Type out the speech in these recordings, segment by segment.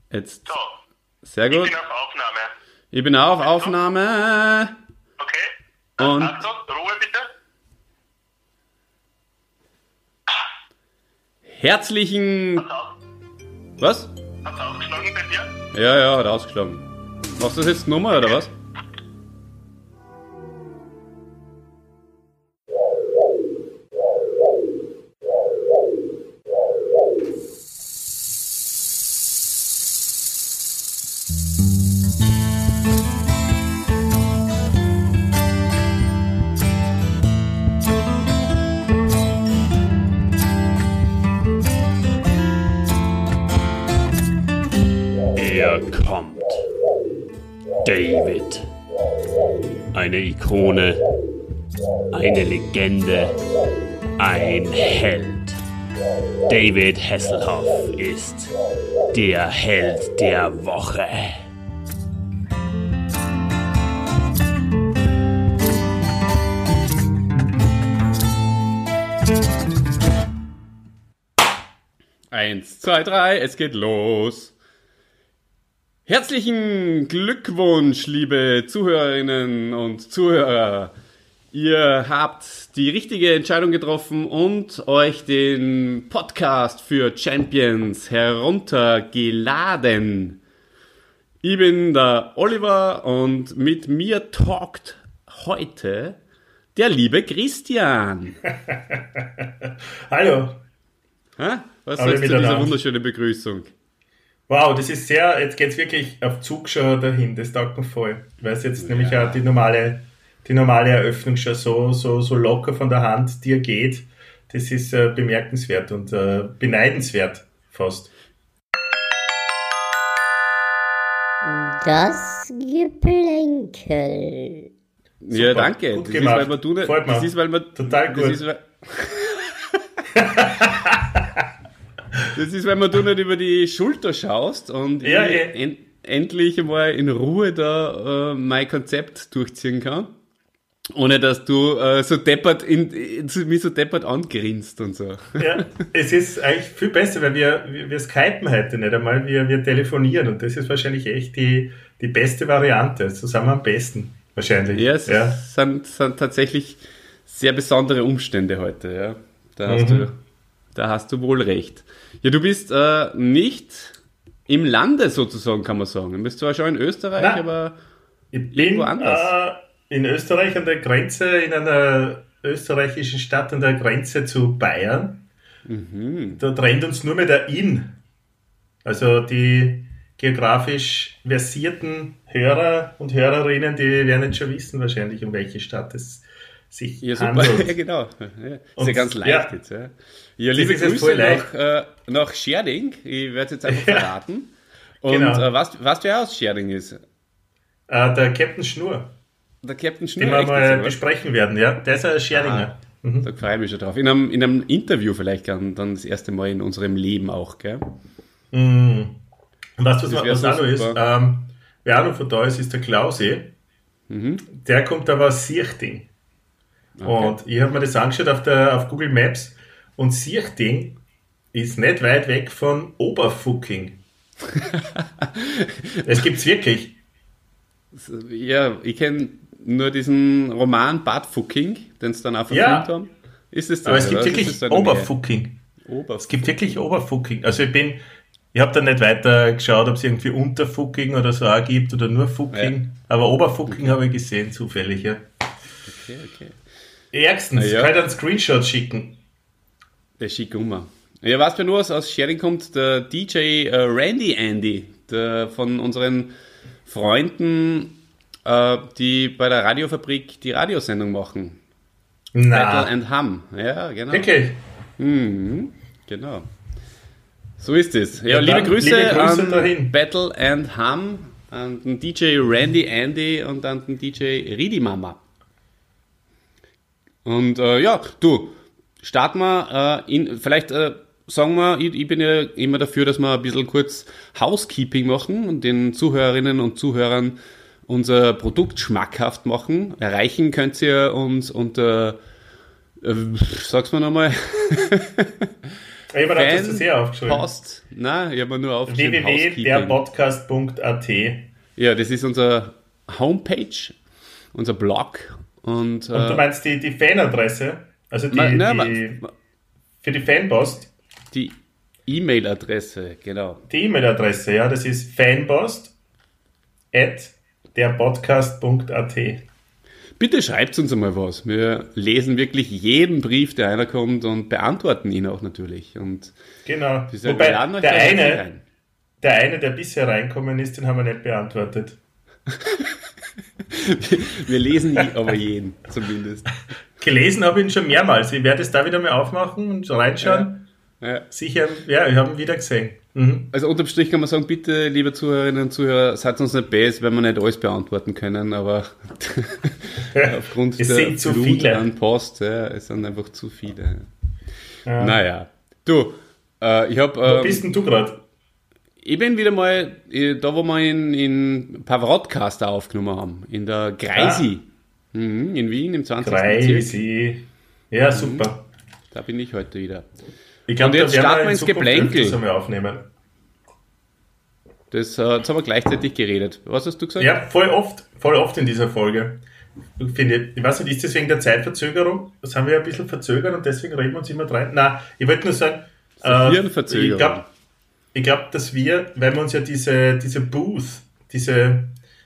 Jetzt. So, Sehr ich gut. bin auf Aufnahme. Ich bin auch auf Aufnahme. Okay, dann Und Achtung, Ruhe bitte. herzlichen... Hat's auf, Was? hat's aufgeschlagen bei dir? Ja, hat ausgeschlagen. Machst du das jetzt nochmal, oder was? Er kommt. David. Eine Ikone. Eine Legende. Ein Held. David Hasselhoff ist der Held der Woche. Eins, zwei, drei, es geht los. Herzlichen Glückwunsch, liebe Zuhörerinnen und Zuhörer. Ihr habt die richtige Entscheidung getroffen und euch den Podcast für Champions heruntergeladen. Ich bin der Oliver und mit mir talkt heute der liebe Christian. Hallo. Ha? Was Hallo sagst du zu dieser miteinander. wunderschönen Begrüßung? Wow, das ist sehr, jetzt geht's wirklich auf Zug schon dahin, das taugt mir voll. Weil es jetzt nämlich auch die normale Eröffnung schon so locker von der Hand dir geht. Das ist bemerkenswert und beneidenswert fast. Das Geplänkel. Ja, Super, danke. gut Das gemacht. ist, weil du nicht, Freut mich. das ist, weil man, Total gut. Das ist, das ist, weil man du nicht über die Schulter schaust und Ja, ich endlich einmal in Ruhe da mein Konzept durchziehen kann. Ohne dass du mich so deppert angrinst und so. Ja, es ist eigentlich viel besser, weil wir skypen heute nicht einmal, wir telefonieren und das ist wahrscheinlich echt die beste Variante. So sind wir am besten, wahrscheinlich. Ja, es sind tatsächlich sehr besondere Umstände heute, ja. Da hast du wohl recht. Ja, du bist nicht im Lande sozusagen, kann man sagen. Du bist zwar schon in Österreich, Nein. aber Ich irgendwo bin anders. In Österreich an der Grenze, in einer österreichischen Stadt an der Grenze zu Bayern. Da trennt uns nur mehr der Inn. Also die geografisch versierten Hörer und Hörerinnen, die werden jetzt schon wissen wahrscheinlich, um welche Stadt es sich Ja, super. handelt. Ja, genau. Ja, ist Und- ja ganz leicht ja. jetzt. Ja, ja liebe ist jetzt Grüße voll leicht. nach Scherding. Ich werde es jetzt einfach Ja. verraten. Und Genau. was wer aus Scherding ist? Der Captain Schnur, Der Captain den Schnur. wir echt mal jetzt, oder was? besprechen werden. Ja, der ist ein Scherdinger. Da freue ich mich schon drauf. In einem Interview vielleicht dann das erste Mal in unserem Leben auch, gell? Und weißt du, Das wär was so auch noch ist? super. Wer auch noch von da ist der Klausi. Der kommt aber aus Sierchting. Und ich habe mir das angeschaut auf Google Maps und Sierchting ist nicht weit weg von Oberfucking. Es gibt's wirklich. Ja, ich kenne nur diesen Roman Bad Fucking, den sie dann auch verfilmt Ja. haben. Ist es das? Aber es gibt oder? Ist wirklich das so eine Oberfucking. Nähe? Es gibt wirklich Oberfucking. Also ich habe da nicht weiter geschaut, ob es irgendwie Unterfucking oder so auch gibt oder nur Fucking. Ja. Aber Oberfucking habe ich gesehen, zufällig, ja. Okay. Erstens, Na ja. kann ich einen Screenshot schicken. Der Schickummer. Ja, was für nur aus Scherding kommt, der DJ Randy Andy, der von unseren Freunden, die bei der Radiofabrik die Radiosendung machen. Battle Na, and Hum. Ja, genau. wirklich. Genau. So ist es. Ja, Ja, liebe dann Grüße, liebe Grüße an dahin. Battle and Hum, an den DJ Randy Andy und an den DJ Ridi Mama. Und ja, du, starten wir vielleicht sagen wir, ich bin ja immer dafür, dass wir ein bisschen kurz Housekeeping machen und den Zuhörerinnen und Zuhörern unser Produkt schmackhaft machen. Erreichen könnt ihr uns unter, sag's mal nochmal, Ich habe mir das sehr aufgeschrieben. Post. Nein, ich habe mir nur aufgeschrieben. www.derpodcast.at. Ja, das ist unser Homepage, unser Blog. Und du meinst die Fanadresse? Also für die Fanpost? Die E-Mail-Adresse, genau. Die E-Mail-Adresse, ja, das ist fanpost@derpodcast.at. Bitte schreibt uns einmal was. Wir lesen wirklich jeden Brief, der einer kommt und beantworten ihn auch natürlich. Und genau. Wobei der eine, der bisher reinkommen ist, den haben wir nicht beantwortet. Wir lesen aber jeden, zumindest. Gelesen habe ich ihn schon mehrmals. Ich werde es da wieder mal aufmachen und reinschauen. Ja. Sicher, ja, ich habe ihn wieder gesehen. Mhm. Also unterm Strich kann man sagen, bitte, liebe Zuhörerinnen und Zuhörer, seid uns nicht böse, wenn wir nicht alles beantworten können, aber aufgrund der Flut an Post, es sind einfach zu viele. Ja. Naja. Du, ich habe... Wo bist denn du gerade? Ich bin wieder mal da, wo wir in Pavarottcaster aufgenommen haben, in der Greisi, in Wien, im 20. Greisi. Ja, super. Da bin ich heute wieder. Ich glaube, und jetzt starten wir ins Geplänkel. Das aufnehmen. Jetzt haben wir gleichzeitig geredet. Was hast du gesagt? Ja, voll oft in dieser Folge. Ich weiß nicht, ist das wegen der Zeitverzögerung? Das haben wir ein bisschen verzögert und deswegen reden wir uns immer rein. Nein, ich wollte nur sagen, ich glaube, dass wir, weil wir uns ja diese Booth, diese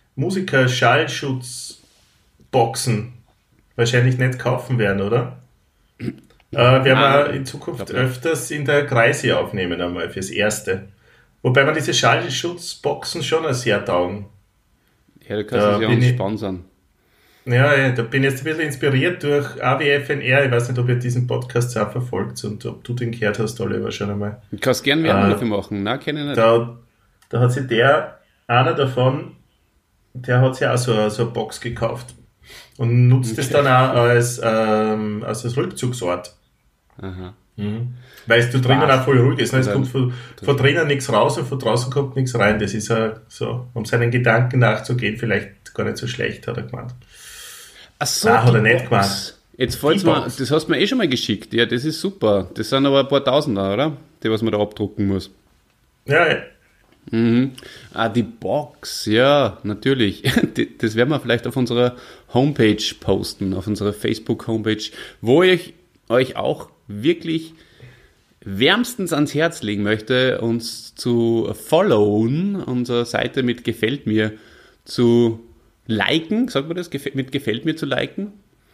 Musiker-Schallschutzboxen wahrscheinlich nicht kaufen werden, oder? Werden wir in Zukunft öfters in der Greisi aufnehmen einmal fürs Erste. Wobei wir diese Schallschutzboxen schon sehr taugen. Ja, da kannst du sie uns sponsern. Ja, da bin ich jetzt ein bisschen inspiriert durch AWFNR. Ich weiß nicht, ob ihr diesen Podcast auch verfolgt und ob du den gehört hast, Oliver, schon einmal. Du kannst gerne Werbung dafür machen. Nein, kenne ich nicht. Da hat sich einer davon, der hat sich auch so eine Box gekauft und nutzt es dann auch als Rückzugsort. Aha. Mhm. Weil es da drinnen auch voll ruhig ist. Ne? Es kommt von drinnen nichts raus und von draußen kommt nichts rein. Das ist so, um seinen Gedanken nachzugehen, vielleicht gar nicht so schlecht, hat er gemeint. Ach so, hat er nicht gemeint. Jetzt fällt's mir, das hast du mir schon mal geschickt. Ja, das ist super. Das sind aber ein paar Tausender, oder? Die, was man da abdrucken muss. Ja. Mhm. Die Box, ja, natürlich. Das werden wir vielleicht auf unserer Homepage posten, auf unserer Facebook-Homepage, wo ich euch auch wirklich wärmstens ans Herz legen möchte, uns zu followen, unsere Seite mit Gefällt mir zu liken, sagt man das, mit Gefällt mir zu liken.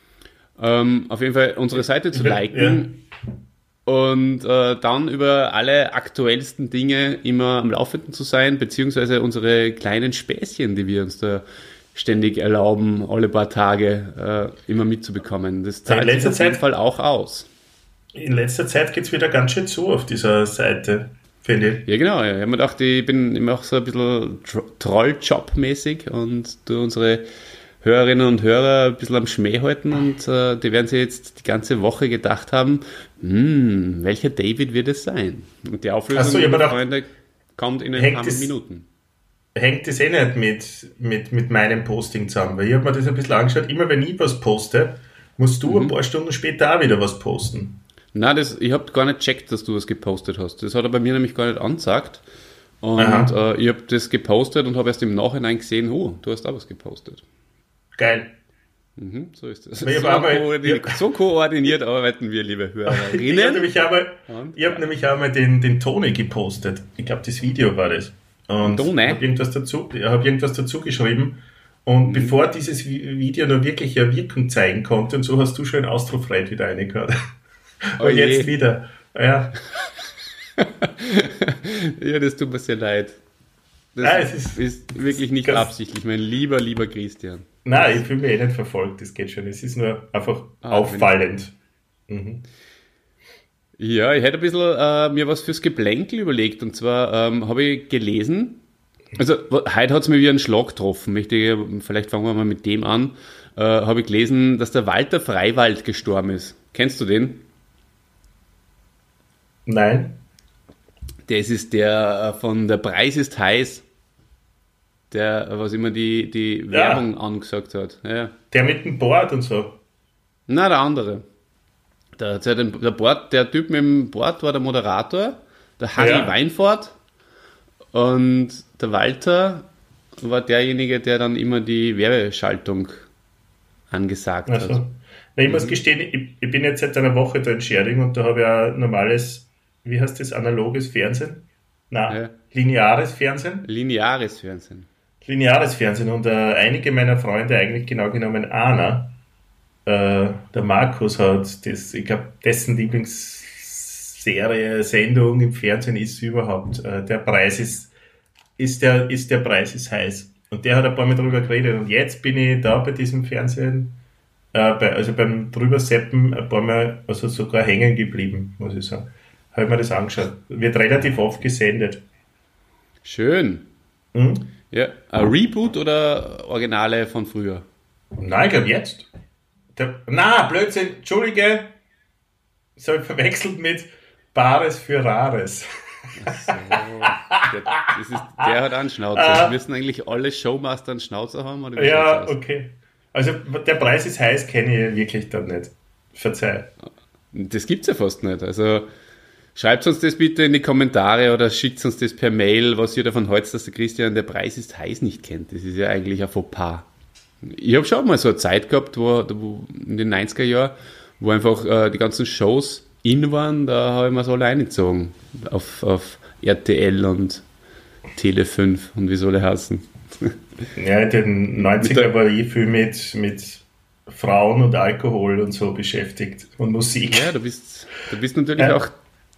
Auf jeden Fall unsere Seite zu liken und dann über alle aktuellsten Dinge immer am Laufenden zu sein, beziehungsweise unsere kleinen Späßchen, die wir uns da ständig erlauben, alle paar Tage immer mitzubekommen. Das zahlt sich auf jeden Fall auch aus. In letzter Zeit geht es wieder ganz schön zu auf dieser Seite, finde ich. Ja, genau. Ja. Ich habe mir gedacht, ich mache so ein bisschen Trolljob-mäßig und du unsere Hörerinnen und Hörer ein bisschen am Schmäh halten und die werden sich jetzt die ganze Woche gedacht haben, welcher David wird es sein? Und die Auflösung, Freunde, kommt in ein paar Minuten. Hängt das nicht mit meinem Posting zusammen? Weil ich habe mir das ein bisschen angeschaut, immer wenn ich was poste, musst du ein paar Stunden später auch wieder was posten. Nein, ich habe gar nicht gecheckt, dass du was gepostet hast. Das hat er bei mir nämlich gar nicht angezeigt. Und ich habe das gepostet und habe erst im Nachhinein gesehen, du hast auch was gepostet. Geil. So ist das. So koordiniert arbeiten wir, liebe Hörerinnen. Ich habe nämlich auch mal den Toni gepostet. Ich glaube, das Video war das. Und habe irgendwas dazu geschrieben. Und bevor dieses Video noch wirklich eine Wirkung zeigen konnte, und so hast du schon einen Ausdruck wieder reingehört. Und jetzt wieder. Ja. Ja, das tut mir sehr leid. Das ist wirklich nicht absichtlich, mein lieber Christian. Nein, ich fühle mich nicht verfolgt, das geht schon. Es ist nur einfach auffallend. Ja, ich hätte ein bisschen mir was fürs Geplänkel überlegt. Und zwar habe ich gelesen, also heute hat es mir wieder einen Schlag getroffen. Vielleicht fangen wir mal mit dem an. Habe ich gelesen, dass der Walter Freiwald gestorben ist. Kennst du den? Nein. Das ist der von Der Preis ist heiß. Der, was immer die Werbung angesagt hat. Ja. Der mit dem Board und so. Na, der andere. Da hat's ja der Typ mit dem Bord war der Moderator, der Harry Weinfurt, und der Walter war derjenige, der dann immer die Werbeschaltung angesagt hat. Na, ich muss gestehen, ich bin jetzt seit einer Woche da in Schering und da habe ich ein normales, wie heißt das, analoges Fernsehen? Nein, lineares Fernsehen. Lineares Fernsehen. Lineares Fernsehen und einige meiner Freunde, eigentlich genau genommen einer, der Markus hat das, ich glaube, dessen Lieblingsserie, Sendung im Fernsehen ist überhaupt, der Preis der Preis ist heiß. Und der hat ein paar Mal drüber geredet und jetzt bin ich da bei diesem Fernsehen, also beim drüberseppen ein paar Mal, also sogar hängen geblieben, muss ich sagen. Habe mir das angeschaut. Wird relativ oft gesendet. Schön. Mhm. Ja, ein Reboot oder Originale von früher? Nein, ich glaube jetzt. Blödsinn, Entschuldige. Das habe ich verwechselt mit Bares für Rares. Ach so. Der hat einen Schnauzer. Müssen eigentlich alle Showmaster einen Schnauzer haben? Oder ja, okay. Also der Preis ist heiß, kenne ich wirklich dann nicht. Verzeih. Das gibt's ja fast nicht. Also schreibt uns das bitte in die Kommentare oder schickt uns das per Mail, was ihr davon haltet, dass der Christian der Preis ist heiß nicht kennt. Das ist ja eigentlich ein Fauxpas. Ich habe schon mal so eine Zeit gehabt, wo in den 90er Jahren, wo einfach die ganzen Shows in waren, da habe ich mir so alle eingezogen. Auf RTL und Tele 5 und wie soll er heißen. Ja, in den 90er war ich viel mit Frauen und Alkohol und so beschäftigt und Musik. Ja, du bist natürlich auch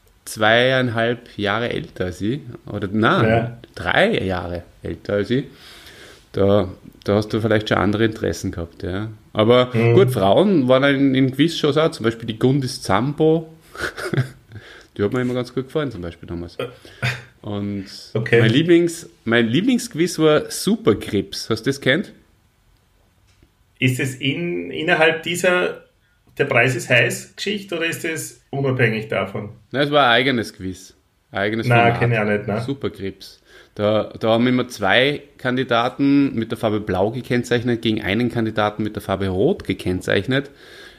2,5 Jahre älter als ich. Oder 3 Jahre älter als ich. Da hast du vielleicht schon andere Interessen gehabt, ja. Aber gut, Frauen waren in Quizshows auch, zum Beispiel die Gundis Zambo. Die hat mir immer ganz gut gefallen, zum Beispiel damals. Und mein Lieblingsquiz war Superkrebs. Hast du das kennt? Ist es innerhalb dieser der Preis ist heiß Geschichte oder ist es unabhängig davon? Nein, es war ein eigenes Quiz. Nein, kenne ich auch nicht. Nein. Superkrebs. Da haben immer 2 Kandidaten mit der Farbe Blau gekennzeichnet, gegen einen Kandidaten mit der Farbe Rot gekennzeichnet.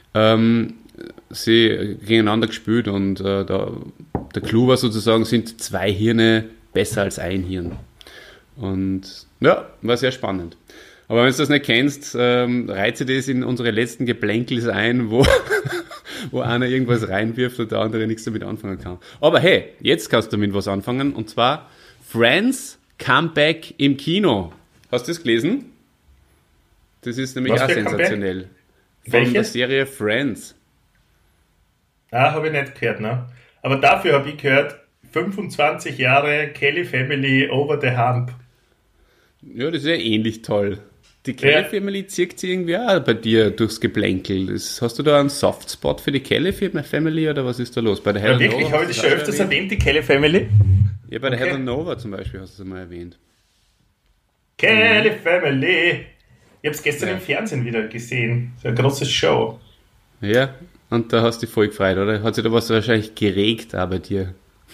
Sie gegeneinander gespielt und der Clou war sozusagen, sind 2 Hirne besser als ein Hirn. Und ja, war sehr spannend. Aber wenn du das nicht kennst, reize das in unsere letzten Geblänkels ein, wo einer irgendwas reinwirft und der andere nichts damit anfangen kann. Aber hey, jetzt kannst du damit was anfangen, und zwar Friends Comeback im Kino. Hast du das gelesen? Das ist nämlich auch sensationell. Von der Serie Friends. Habe ich nicht gehört, ne? Aber dafür habe ich gehört, 25 Jahre Kelly Family over the hump. Ja, das ist ja ähnlich toll. Die Kelly Family zieht sich irgendwie auch bei dir durchs Geplänkel. Hast du da einen Softspot für die Kelly Family oder was ist da los? Bei der Heather wirklich, habe ich das schon öfters erwähnt, die Kelly Family? Ja, bei der Heather Nova zum Beispiel hast du es mal erwähnt. Kelly Family! Ich habe es gestern im Fernsehen wieder gesehen. So eine große Show. Ja, und da hast du dich voll gefreut, oder? Hat sich da was wahrscheinlich geregt auch bei dir?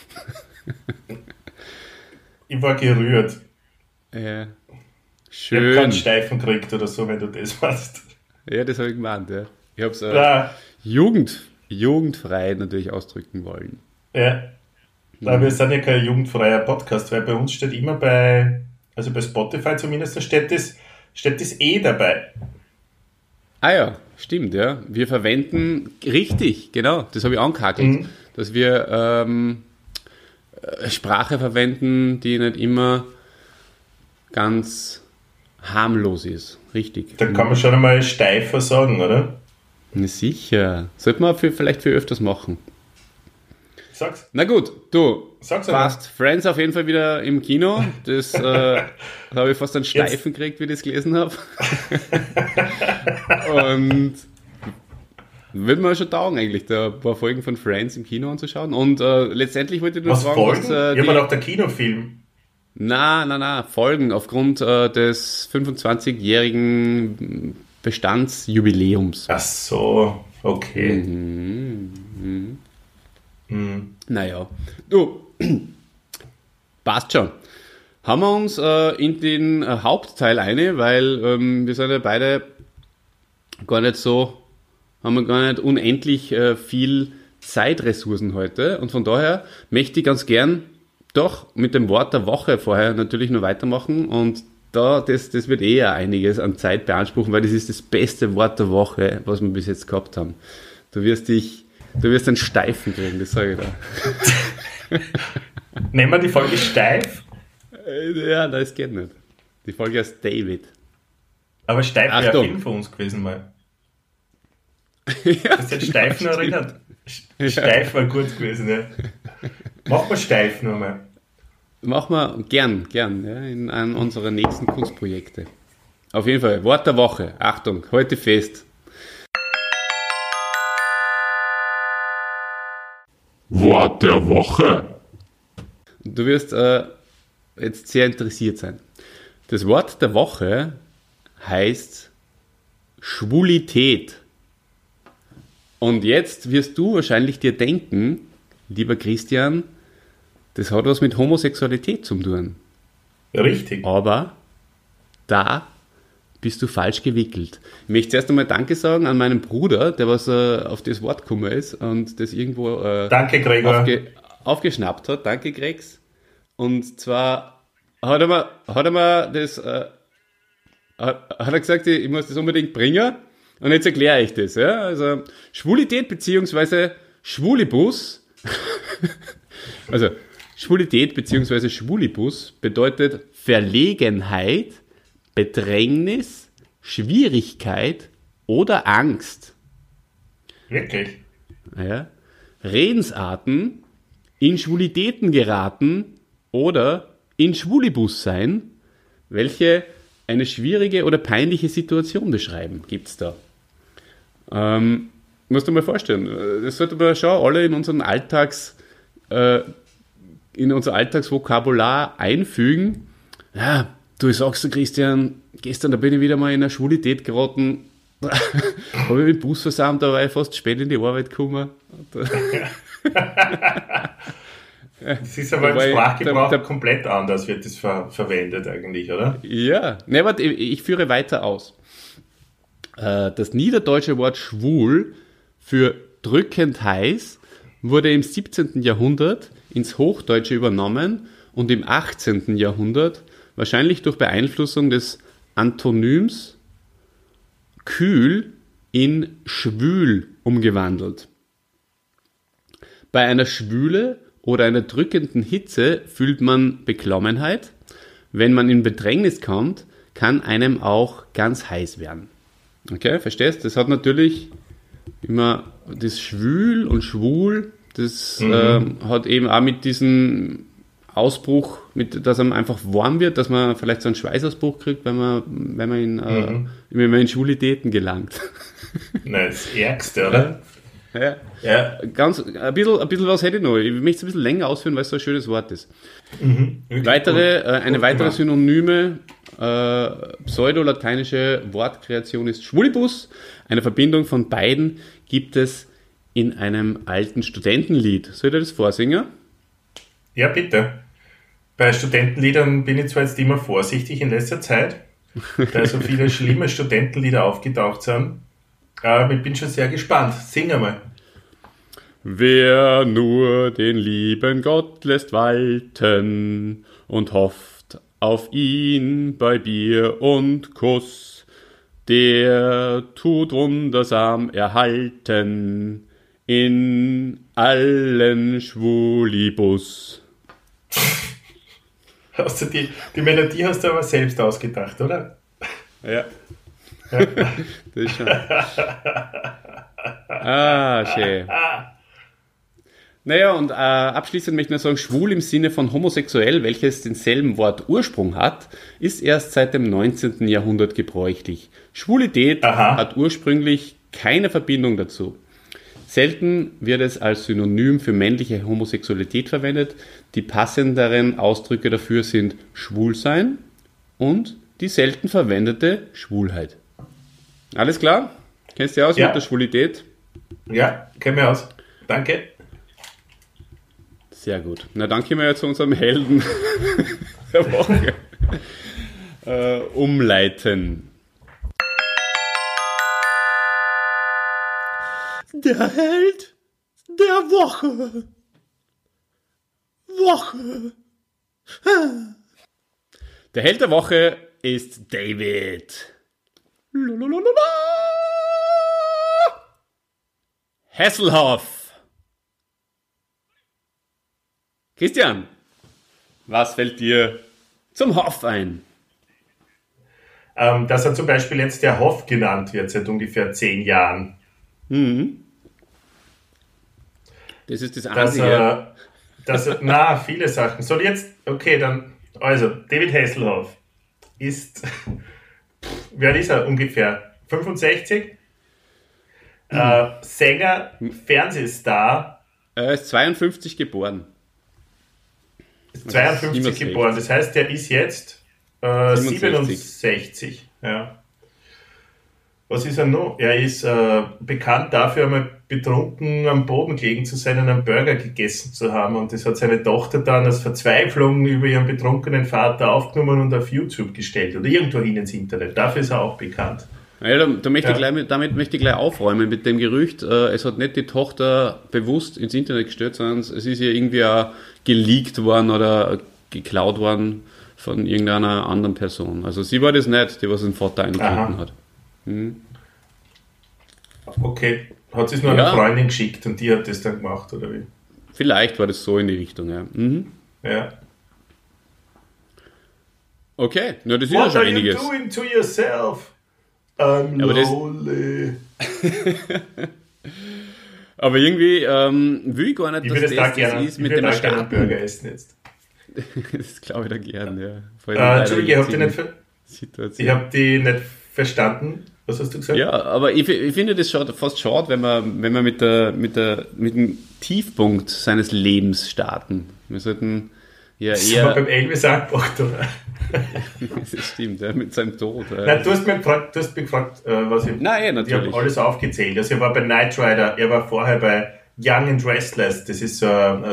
Ich war gerührt. Ja. Schön. Ich habe keinen Steifen gekriegt oder so, wenn du das machst. Ja, das habe ich gemeint, ja. Ich habe es jugendfrei natürlich ausdrücken wollen. Ja. Aber wir sind ja kein jugendfreier Podcast, weil bei uns steht immer bei Spotify zumindest, steht das dabei. Ah ja, stimmt, ja. Wir verwenden, richtig, genau, das habe ich angehakelt, dass wir Sprache verwenden, die nicht immer ganz harmlos ist. Richtig. Da kann man schon einmal steifer sagen, oder? Na sicher. Sollte man vielleicht für öfters machen. Sag's. Na gut, du Sag's warst Friends auf jeden Fall wieder im Kino. Das habe ich fast einen Steifen gekriegt, wie ich das gelesen habe. Und würde mir schon taugen eigentlich, da ein paar Folgen von Friends im Kino anzuschauen. Und letztendlich wollte ich nur fragen, Folgen? Ich habe mir gedacht, der Kinofilm. Na, Folgen aufgrund des 25-jährigen Bestandsjubiläums. Ach so, okay. Naja, du, passt schon. Haben wir uns in den Hauptteil eine, weil wir sind ja beide gar nicht so haben wir gar nicht unendlich viel Zeitressourcen heute. Und von daher möchte ich ganz gern doch mit dem Wort der Woche vorher natürlich noch weitermachen. Und das wird eher einiges an Zeit beanspruchen, weil das ist das beste Wort der Woche, was wir bis jetzt gehabt haben. Du wirst einen Steifen kriegen, das sage ich da. Nehmen wir die Folge steif? Ja, das geht nicht. Die Folge heißt David. Aber steif wäre Achtung. ein Film von uns gewesen mal. Hast du den Steif noch erinnert? Steif war gut gewesen, ja. Mach mal steif nochmal. Machen wir gern, ja, in einem unserer nächsten Kunstprojekte. Auf jeden Fall, Wort der Woche. Achtung, heute fest. Wort der Woche. Du wirst jetzt sehr interessiert sein. Das Wort der Woche heißt Schwulität. Und jetzt wirst du wahrscheinlich dir denken, lieber Christian, das hat was mit Homosexualität zu tun. Richtig. Aber da bist du falsch gewickelt. Ich möchte zuerst einmal Danke sagen an meinen Bruder, der was auf das Wort gekommen ist und das irgendwo Danke, Gregor. aufgeschnappt hat. Danke, Gregs. Und zwar hat er mir das hat er gesagt, ich muss das unbedingt bringen. Und jetzt erkläre ich das. Ja? Also Schwulität bzw. Schwulibus, also Schwulität bzw. Schwulibus bedeutet Verlegenheit, Bedrängnis, Schwierigkeit oder Angst. Wirklich? Ja? Redensarten, in Schwulitäten geraten oder in Schwulibus sein, welche eine schwierige oder peinliche Situation beschreiben, gibt es da. Musst du mal vorstellen, das sollte man schon alle in unseren in unser Alltagsvokabular einfügen. Ja, du sagst du, Christian, gestern da bin ich wieder mal in eine Schwulität geraten, habe ich mit dem Bus versammelt, da war ich fast spät in die Arbeit gekommen. Das ist aber im Sprachgebrauch komplett anders, wird das verwendet eigentlich, oder? Ja, ne, warte, ich führe weiter aus. Das niederdeutsche Wort schwul für drückend heiß wurde im 17. Jahrhundert ins Hochdeutsche übernommen und im 18. Jahrhundert wahrscheinlich durch Beeinflussung des Antonyms kühl in schwül umgewandelt. Bei einer Schwüle oder einer drückenden Hitze fühlt man Beklommenheit. Wenn man in Bedrängnis kommt, kann einem auch ganz heiß werden. Okay, verstehst? Das hat natürlich immer das Schwül und Schwul, das hat eben auch mit diesem Ausbruch, dass einem einfach warm wird, dass man vielleicht so einen Schweißausbruch kriegt, wenn man in Schwulitäten gelangt. Nein, das Ärgste, oder? Ja. Ein bisschen was hätte ich noch. Ich möchte es ein bisschen länger ausführen, weil es so ein schönes Wort ist. Eine weitere synonyme pseudolateinische Wortkreation ist Schwulibus. Eine Verbindung von beiden gibt es in einem alten Studentenlied. Soll ich das vorsingen? Ja, bitte. Bei Studentenliedern bin ich zwar jetzt immer vorsichtig in letzter Zeit, da so viele schlimme Studentenlieder aufgetaucht sind. Aber ich bin schon sehr gespannt. Sing einmal. Wer nur den lieben Gott lässt walten und hofft auf ihn bei Bier und Kuss, der tut wundersam erhalten in allen Schwulibus. Hast du die Melodie hast du aber selbst ausgedacht, oder? Ja. Das ist schon. Schön. Naja, und abschließend möchte ich nur sagen, schwul im Sinne von homosexuell, welches denselben Wortursprung hat, ist erst seit dem 19. Jahrhundert gebräuchlich. Schwulität hat ursprünglich keine Verbindung dazu. Selten wird es als Synonym für männliche Homosexualität verwendet. Die passenderen Ausdrücke dafür sind Schwulsein und die selten verwendete Schwulheit. Alles klar? Kennst du dich aus mit der Schwulität? Ja, kenn mich aus. Danke. Sehr gut. Na, dann können wir ja zu unserem Helden der Woche umleiten. Der Held der Woche. Der Held der Woche ist David Hasselhoff. Christian, was fällt dir zum Hoff ein? Dass er zum Beispiel jetzt der Hoff genannt wird seit ungefähr 10 Jahren. Das ist das Einzige. Viele Sachen. So, jetzt, okay, dann, also, David Hasselhoff ist, wie alt ist er ungefähr? 65? Sänger, Fernsehstar. Er ist 52 geboren. Ist 52 geboren, das heißt, der ist jetzt 67. Ja. Was ist er noch? Er ist bekannt dafür, einmal betrunken am Boden gelegen zu sein und einen Burger gegessen zu haben. Und das hat seine Tochter dann aus Verzweiflung über ihren betrunkenen Vater aufgenommen und auf YouTube gestellt oder irgendwo hin ins Internet. Dafür ist er auch bekannt. Ja, damit möchte ich gleich aufräumen mit dem Gerücht, es hat nicht die Tochter bewusst ins Internet gestellt, sondern es ist ja irgendwie auch geleakt worden oder geklaut worden von irgendeiner anderen Person. Also sie war das nicht, die was den Vater eingebunden hat. Okay, hat sie es nur einer Freundin geschickt und die hat das dann gemacht, oder wie? Vielleicht war das so in die Richtung, ja. Ja. Okay, na, das ist ja schon einiges. What are you doing to yourself? I'm lonely. Aber irgendwie will ich gar nicht, dass das ist mit dem Starten. Burger essen jetzt. Das glaube ich da gern, ja. Entschuldigung, ich habe die nicht verstanden. Was hast du gesagt? Ja, aber ich finde das fast schade, wenn wir mit dem Tiefpunkt seines Lebens starten. Wir sollten das eher... Das war beim Elvis angebracht, oder? Das stimmt, ja, mit seinem Tod. Nein, du hast mich gefragt, was ich... Nein, natürlich. Ich habe alles aufgezählt. Also er war bei Knight Rider, er war vorher bei Young and Restless. Das ist so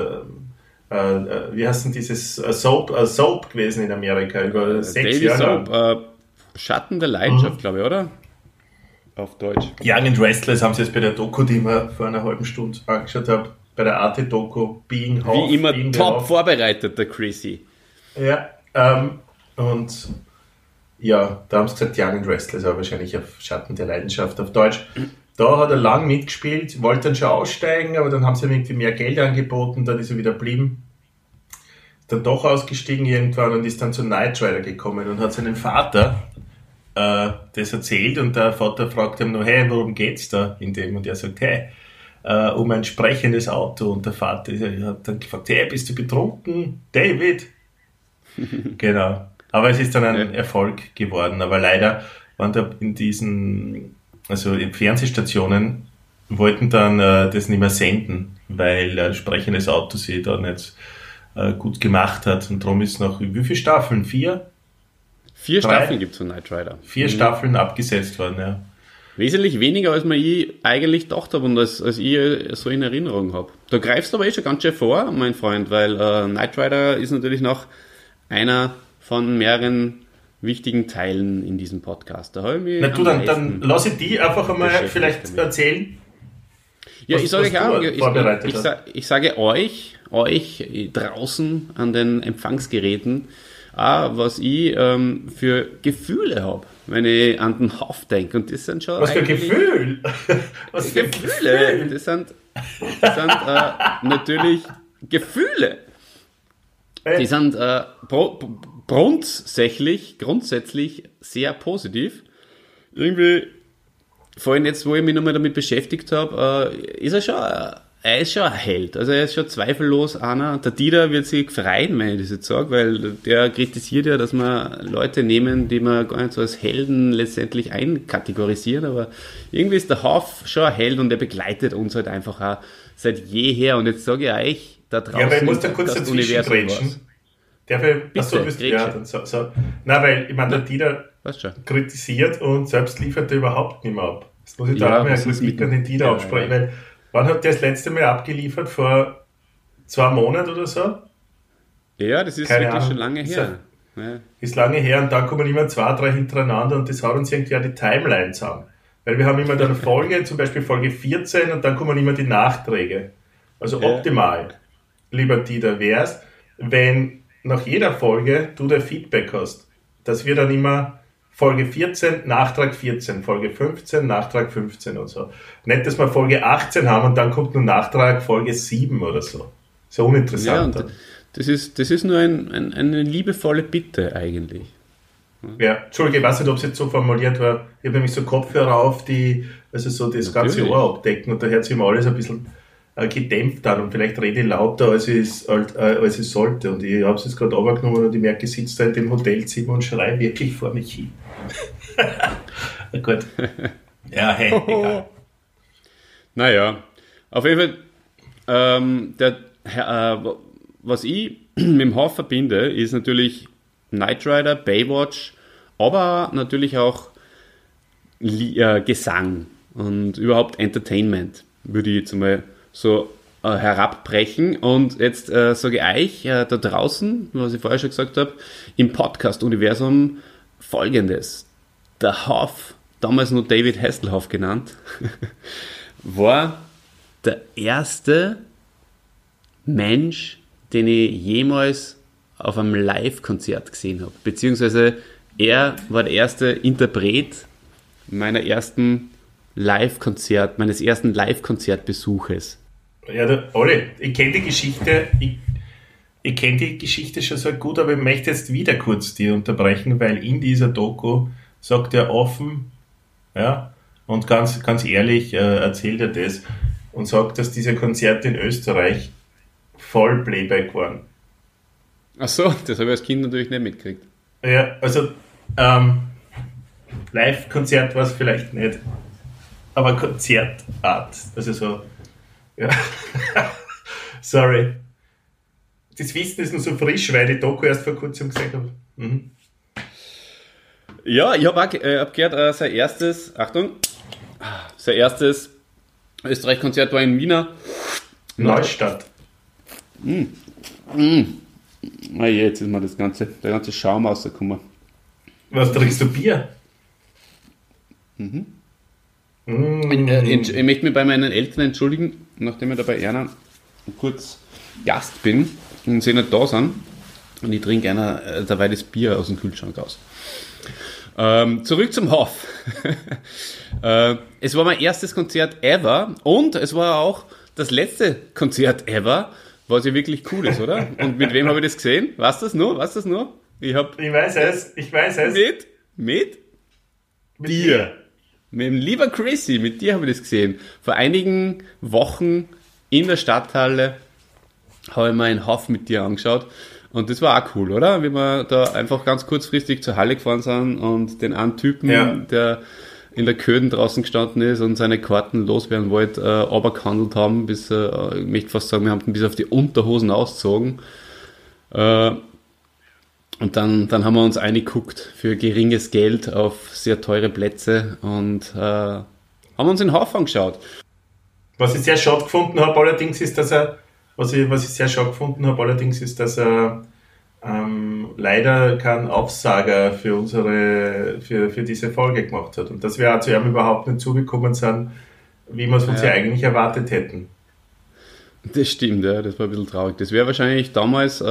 wie heißt denn dieses Soap gewesen in Amerika über 6 Jahre. Soap, Schatten der Leidenschaft, glaube ich, oder? Auf Deutsch. Young and Restless haben sie jetzt bei der Doku, die ich mir vor einer halben Stunde angeschaut habe, bei der Arte-Doku, Being Hoff. Wie immer top vorbereitet, der Chrissy. Ja, und ja, da haben sie gesagt, Young and Restless, aber wahrscheinlich auf Schatten der Leidenschaft auf Deutsch. Da hat er lang mitgespielt, wollte dann schon aussteigen, aber dann haben sie ihm irgendwie mehr Geld angeboten, dann ist er wieder geblieben. Dann doch ausgestiegen irgendwann und ist dann zu Knight Rider gekommen und hat seinem Vater das erzählt und der Vater fragt ihm noch, hey, worum geht's da in dem? Und er sagt, hey, um ein sprechendes Auto. Und der Vater hat dann gefragt, hey, bist du betrunken? David? Genau. Aber es ist dann ein Erfolg geworden. Aber leider waren da in Fernsehstationen wollten dann das nicht mehr senden, weil sprechendes Auto sie da nicht gut gemacht hat. Und darum ist noch, wie viele Staffeln? 4? 4 Staffeln gibt es von Knight Rider. 4 Staffeln abgesetzt worden, ja. Wesentlich weniger, als ich eigentlich gedacht habe und als ich so in Erinnerung habe. Da greifst du aber schon ganz schön vor, mein Freund, weil Knight Rider ist natürlich noch einer von mehreren wichtigen Teilen in diesem Podcast. Da habe ich mich dann lass ich die einfach einmal vielleicht erzählen. Ja, ich sage ich sage euch draußen an den Empfangsgeräten, was ich für Gefühle habe, wenn ich an den Hoff denke. Und das sind schon. Was für Gefühl? Was für Gefühle? Das sind natürlich Gefühle. Die sind grundsätzlich sehr positiv. Irgendwie, vor allem jetzt, wo ich mich nochmal damit beschäftigt habe, ist er ist schon ein Held. Also er ist schon zweifellos einer. Der Dieter wird sich freuen, wenn ich das jetzt sage, weil der kritisiert ja, dass man Leute nehmen, die man gar nicht so als Helden letztendlich einkategorisieren, aber irgendwie ist der Hoff schon ein Held und er begleitet uns halt einfach auch seit jeher. Und jetzt sage ich euch, da draußen ja, aber ich muss da kurz dazwischen grätschen. Weil ich meine, der Dieter kritisiert und selbst liefert er überhaupt nicht mehr ab. Das muss ich da auch mal mit den Dieter absprechen, weil wann hat der das letzte Mal abgeliefert? Vor 2 Monaten oder so? Ja, das ist wirklich schon lange her. Ist lange her und dann kommen immer 2, 3 hintereinander und das haut uns irgendwie auch die Timeline zusammen. Weil wir haben immer dann Folge, zum Beispiel Folge 14 und dann kommen immer die Nachträge. Also optimal, lieber Dieter, wär's, wenn nach jeder Folge du der Feedback hast. Dass wir dann immer Folge 14, Nachtrag 14, Folge 15, Nachtrag 15 und so. Nicht, dass wir Folge 18 haben und dann kommt nur Nachtrag Folge 7 oder so. So uninteressant. Ja, das ist nur eine liebevolle Bitte eigentlich. Ja, Entschuldige, ich weiß nicht, ob es jetzt so formuliert war. Ich habe nämlich so Kopfhörer auf, die also so das ganze Ohr abdecken und da hört sich immer alles ein bisschen gedämpft an und vielleicht rede ich lauter, als ich sollte. Und ich habe es jetzt gerade runtergenommen und ich merke, ich sitze da in dem Hotelzimmer und schreie wirklich vor mich hin. Na gut. Ja, hey, egal. Naja, auf jeden Fall, was ich mit dem Hoff verbinde, ist natürlich Knight Rider, Baywatch, aber natürlich auch Gesang und überhaupt Entertainment, würde ich jetzt mal so herabbrechen. Und jetzt sage ich euch da draußen, was ich vorher schon gesagt habe, im Podcast-Universum Folgendes. Der Hoff, damals nur David Hasselhoff genannt, war der erste Mensch, den ich jemals auf einem Live-Konzert gesehen habe. Beziehungsweise er war der erste Interpret meines ersten Live-Konzertbesuches. Ja, Olli, ich kenne die Geschichte, ich kenne die Geschichte schon so gut, aber ich möchte jetzt wieder kurz die unterbrechen, weil in dieser Doku sagt er offen, ja, und ganz ehrlich erzählt er das und sagt, dass diese Konzerte in Österreich voll Playback waren. Ach so, das habe ich als Kind natürlich nicht mitgekriegt. Ja, also Live-Konzert war es vielleicht nicht, aber Konzertart, also so, ja, sorry. Das Wissen ist nur so frisch, weil ich die Doku erst vor kurzem gesehen habe. Mhm. Ja, ich habe hab gehört, sein erstes Österreich-Konzert war in Wiener Neustadt. Jetzt ist mir der ganze Schaum rausgekommen. Was, trinkst du Bier? Ich möchte mich bei meinen Eltern entschuldigen, nachdem ich da bei Erna kurz Gast bin und sie nicht da sind. Und ich trinke einer dabei das Bier aus dem Kühlschrank raus. Zurück zum Hoff. Es war mein erstes Konzert ever und es war auch das letzte Konzert ever, was ja wirklich cool ist, oder? Und mit wem habe ich das gesehen? Weißt du das nur? Ich weiß es. Mit dir. Mit dem lieber Chrissy, mit dir habe ich das gesehen. Vor einigen Wochen in der Stadthalle habe ich mir einen Hoff mit dir angeschaut. Und das war auch cool, oder? Wie wir da einfach ganz kurzfristig zur Halle gefahren sind und den einen Typen, der in der Köden draußen gestanden ist und seine Karten loswerden wollte, runtergehandelt haben, bis, ich möchte fast sagen, wir haben ihn bis auf die Unterhosen ausgezogen. Und dann haben wir uns eingeguckt für geringes Geld auf sehr teure Plätze und haben uns den Hof angeschaut. Was ich sehr schade gefunden habe, allerdings ist, dass er leider keinen Aufsager für diese Folge gemacht hat. Und dass wir auch zu ihm überhaupt nicht zugekommen sind, wie wir es uns ja eigentlich erwartet hätten. Das stimmt, ja, das war ein bisschen traurig. Das wäre wahrscheinlich damals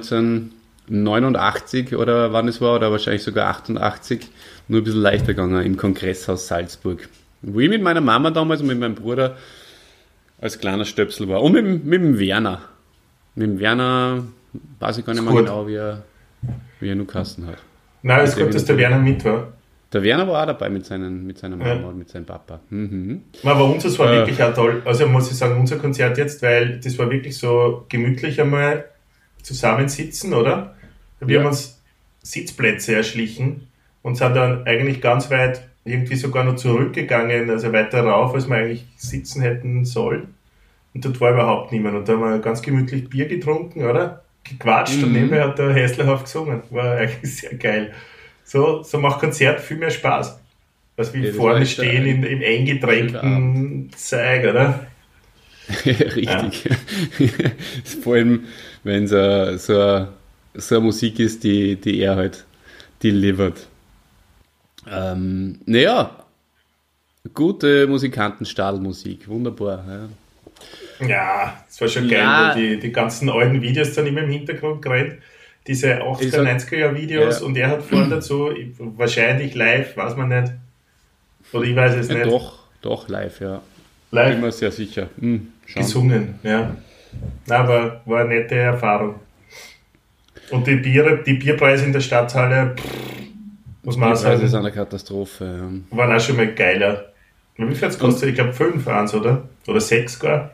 1989 oder wann es war, oder wahrscheinlich sogar 88, nur ein bisschen leichter gegangen im Kongresshaus Salzburg. Wo ich mit meiner Mama damals und mit meinem Bruder als kleiner Stöpsel war. Und mit dem Werner. Mit dem Werner weiß ich gar nicht mehr genau, wie er nur Kasten hat. Nein, es ist gut, dass der Werner mit war. Der Werner war auch dabei mit seiner Mama und mit seinem Papa. Aber unseres war wirklich auch toll. Also muss ich sagen, unser Konzert jetzt, weil das war wirklich so gemütlich einmal zusammensitzen, oder? Wir haben uns Sitzplätze erschlichen und sind dann eigentlich ganz weit irgendwie sogar noch zurückgegangen, also weiter rauf, als wir eigentlich sitzen hätten sollen. Und dort war überhaupt niemand. Und da haben wir ganz gemütlich Bier getrunken, oder? Gequatscht und nebenbei hat der Häslerhoff gesungen. War eigentlich sehr geil. So macht Konzert viel mehr Spaß. Als wie vorne stehen im eingedrängten Zeug, oder? Richtig. Ja. Vor allem, wenn es so eine Musik ist, die er halt delivert. Naja, Gute Musikanten-Stadelmusik, wunderbar. Ja. Ja, das war schon geil, Ja. wo die ganzen alten Videos dann immer im Hintergrund gerannt. Diese 80er, 90er Jahr Videos Ja. und er hat vorne dazu, wahrscheinlich live, weiß man nicht. Oder ich weiß es Ja, nicht. doch, live, ja. Live Bin mir sehr sicher. Schon. gesungen, ja. Aber war eine nette Erfahrung. Und die Bierpreise in der Stadthalle, muss man auch Das ist sagen, eine Katastrophe. Ja. waren auch schon mal geiler. Wie viel hat es kostet? Ich glaube 5 eins, oder? Oder 6 gar.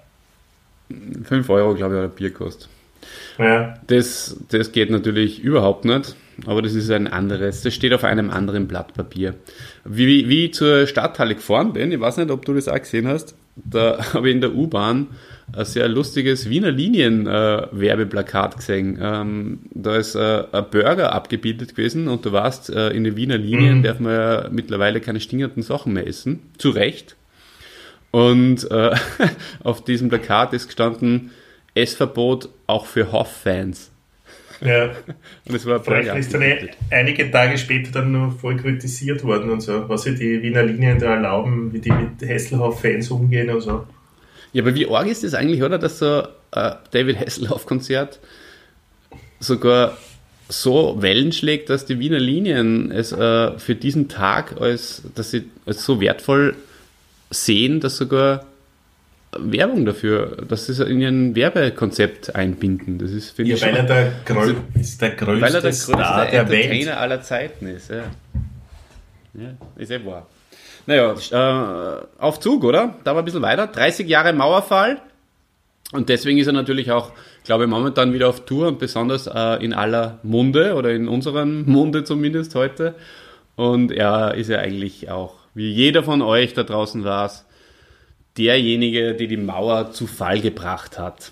5 Euro, glaube ich, hat ein Bier kostet. Ja. Das geht natürlich überhaupt nicht, aber das ist ein anderes. Das steht auf einem anderen Blatt Papier. Wie ich zur Stadthalle gefahren bin, ich weiß nicht, ob du das auch gesehen hast, da habe ich in der U-Bahn ein sehr lustiges Wiener Linien-Werbeplakat gesehen. Da ist ein Burger abgebildet gewesen und du weißt, in den Wiener Linien darf man ja mittlerweile keine stinkenden Sachen mehr essen. Zu Recht. Und auf diesem Plakat ist gestanden, Essverbot auch für Hoff-Fans. Ja. Und es war ein Vielleicht Burger ist dann abgebildet. einige Tage später dann noch voll kritisiert worden und so, was sich die Wiener Linien da erlauben, wie die mit Hasselhoff-Fans umgehen und so. Ja, aber wie arg ist das eigentlich, oder? Dass so ein David Hasselhoff-Konzert sogar so Wellen schlägt, dass die Wiener Linien es für diesen Tag dass sie als so wertvoll sehen, dass sogar Werbung dafür, dass sie es in ihren Werbekonzept einbinden. Das ist, finde Ja, ich, weil schon- er ist der größte weil er der größte Star der Welt. Entertainer aller Zeiten ist. Ja, ist eh wahr. Naja, auf Zug, oder? Da war ein bisschen weiter. 30 Jahre Mauerfall. Und deswegen ist er natürlich auch, glaube ich, momentan wieder auf Tour und besonders in aller Munde oder in unserem Munde zumindest heute. Und er ist ja eigentlich auch, wie jeder von euch da draußen weiß, derjenige, der die Mauer zu Fall gebracht hat.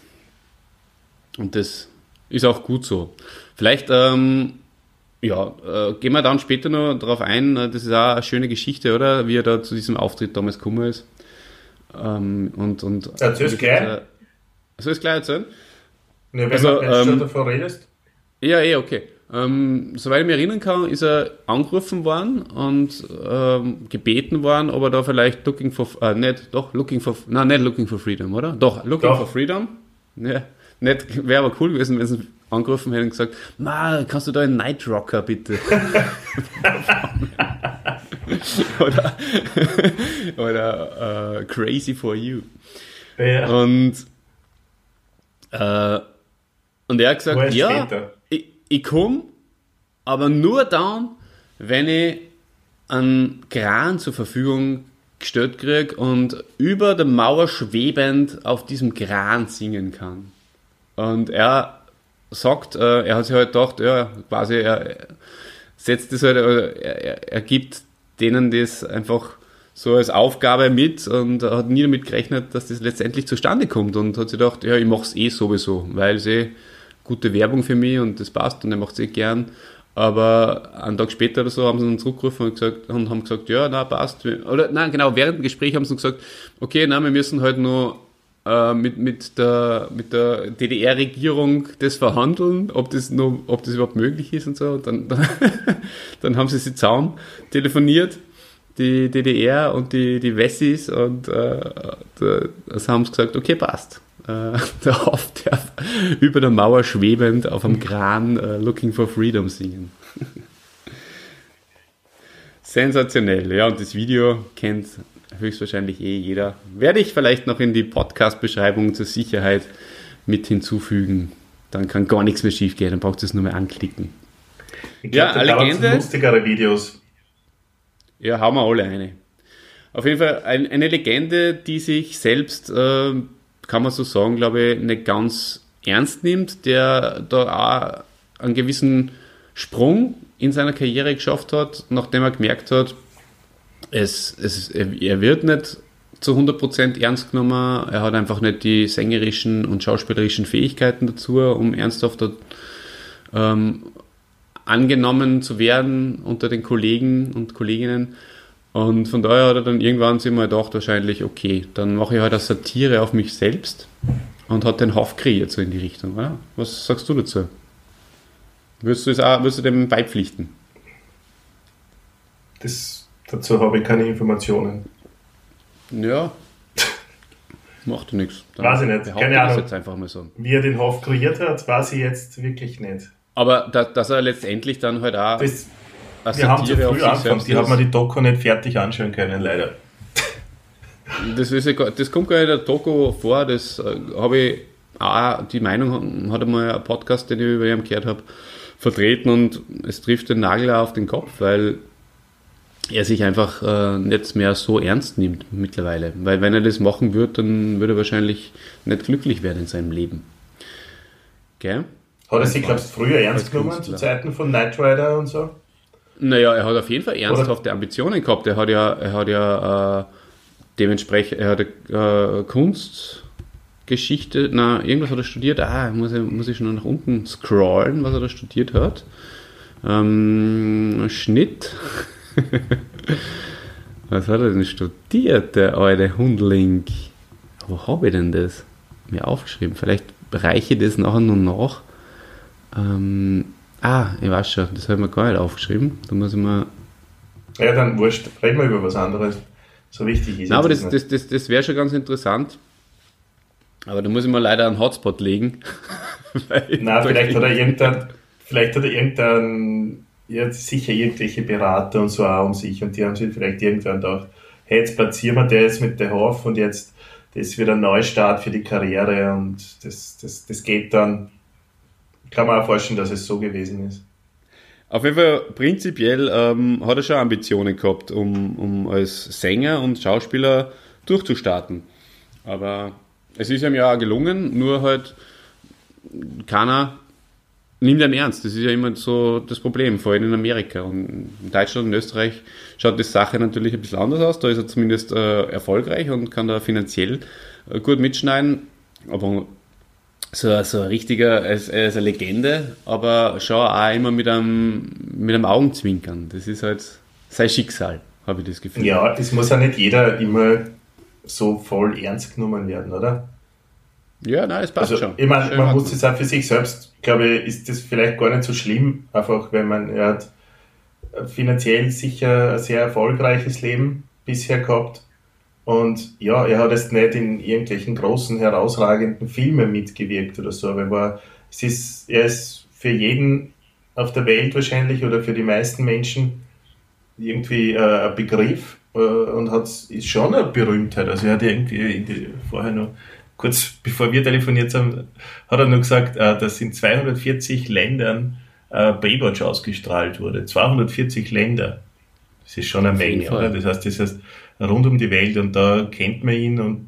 Und das ist auch gut so. Vielleicht, gehen wir dann später noch darauf ein. Das ist auch eine schöne Geschichte, oder? Wie er da zu diesem Auftritt damals gekommen ist. Erzähl's gleich. Soll ich es gleich erzählen? Nur wenn Also, du jetzt schon davor redest. Ja, okay. Soweit ich mich erinnern kann, ist er angerufen worden und gebeten worden, ob er da vielleicht Looking for Freedom, oder? Doch, Looking for Freedom. Ja, wäre aber cool gewesen, wenn sie angerufen hätten und gesagt, kannst du da einen Night Rocker bitte? oder Crazy for You. Ja. Und er hat gesagt, Wo erst ja, später. ich komme, aber nur dann, wenn ich einen Kran zur Verfügung gestellt kriege und über der Mauer schwebend auf diesem Kran singen kann. Und er sagt, er hat sich halt gedacht, ja, quasi, er setzt das halt, er gibt denen das einfach so als Aufgabe mit und hat nie damit gerechnet, dass das letztendlich zustande kommt und hat sich gedacht, ja, ich mache es eh sowieso, weil es eh gute Werbung für mich und das passt und er macht es eh gern. Aber einen Tag später oder so haben sie dann zurückgerufen und haben gesagt, ja, na, passt. Oder, nein, genau, während dem Gespräch haben sie gesagt, okay, na, wir müssen halt nur mit der DDR-Regierung das verhandeln, ob das überhaupt möglich ist und so. Und dann haben sie zusammen telefoniert, die DDR und die Wessis, und das haben sie gesagt, okay, passt. Der Hoff darf über der Mauer schwebend auf einem Kran Looking for Freedom singen. Sensationell, ja, und das Video kennt höchstwahrscheinlich jeder. Werde ich vielleicht noch in die Podcast-Beschreibung zur Sicherheit mit hinzufügen. Dann kann gar nichts mehr schief gehen, dann braucht ihr es nur mehr anklicken. Ich glaube, Ja, da eine gab es Legende. lustigere Videos. Ja, hauen wir alle eine. Auf jeden Fall eine Legende, die sich selbst, kann man so sagen, glaube ich, nicht ganz ernst nimmt, der da auch einen gewissen Sprung in seiner Karriere geschafft hat, nachdem er gemerkt hat, er wird nicht zu 100% ernst genommen, er hat einfach nicht die sängerischen und schauspielerischen Fähigkeiten dazu, um ernsthaft angenommen zu werden unter den Kollegen und Kolleginnen. Und von daher hat er dann irgendwann sich mal gedacht, wahrscheinlich, okay, dann mache ich halt eine Satire auf mich selbst und hat den Hoff kreiert, so in die Richtung. Oder? Was sagst du dazu? Würdest du dem beipflichten? Dazu habe ich keine Informationen. Ja, macht nichts. Weiß ich nicht, keine Ahnung. Jetzt einfach mal so. Wie er den Hof kreiert hat, weiß ich jetzt wirklich nicht. Aber dass er letztendlich dann halt auch wir haben zu früh angefangen, die haben mir die Doku nicht fertig anschauen können, leider. Das kommt gar nicht in der Doku vor, das habe ich auch, die Meinung hat einmal ein Podcast, den ich über ihn gehört habe, vertreten und es trifft den Nagel auf den Kopf, weil er sich einfach nicht mehr so ernst nimmt mittlerweile. Weil wenn er das machen würde, dann würde er wahrscheinlich nicht glücklich werden in seinem Leben. Gell? Hat er sich, glaubst du, früher ernst genommen, zu Zeiten von Knight Rider und so? Naja, er hat auf jeden Fall ernsthafte Ambitionen gehabt. Er hat ja dementsprechend, er hat Kunstgeschichte, irgendwas hat er studiert. Muss ich schon nach unten scrollen, was er da studiert hat. Schnitt. Was hat er denn studiert, der alte Hundling? Wo habe ich denn das? Mir aufgeschrieben. Vielleicht reiche ich das nachher noch nach. Ich weiß schon, das habe ich mir gar nicht aufgeschrieben. Da muss ich mal. Ja, dann wurscht, reden wir über was anderes. So wichtig ist es. Aber das wäre schon ganz interessant. Aber da muss ich mal leider einen Hotspot legen. Vielleicht hat er irgendeinen, ja, sicher irgendwelche Berater und so auch um sich und die haben sich vielleicht irgendwann gedacht, hey, jetzt platzieren wir das mit der Hof und jetzt das wird ein Neustart für die Karriere und das geht dann. Kann man auch vorstellen, dass es so gewesen ist. Auf jeden Fall prinzipiell hat er schon Ambitionen gehabt, um als Sänger und Schauspieler durchzustarten. Aber es ist ihm ja auch gelungen, nur halt keiner nimmt ihn ernst. Das ist ja immer so das Problem, vor allem in Amerika. Und in Deutschland und Österreich schaut die Sache natürlich ein bisschen anders aus. Da ist er zumindest erfolgreich und kann da finanziell gut mitschneiden. Aber so ein richtiger, er ist eine Legende, aber schon auch immer mit einem Augenzwinkern. Das ist halt sein Schicksal, habe ich das Gefühl. Ja, das muss ja nicht jeder immer so voll ernst genommen werden, oder? Ja, nein, es passt schon. Ich meine, man muss es auch für sich selbst, glaube ich, ist das vielleicht gar nicht so schlimm, einfach wenn er hat finanziell sicher ein sehr erfolgreiches Leben bisher gehabt. Und ja, er hat jetzt nicht in irgendwelchen großen, herausragenden Filmen mitgewirkt oder so, aber er ist für jeden auf der Welt wahrscheinlich oder für die meisten Menschen irgendwie ein Begriff und ist schon eine Berühmtheit. Also er hat irgendwie vorher noch, kurz bevor wir telefoniert haben, hat er noch gesagt, dass in 240 Ländern Baywatch ausgestrahlt wurde. 240 Länder. Das ist schon eine Menge, oder? Das heißt, rund um die Welt und da kennt man ihn und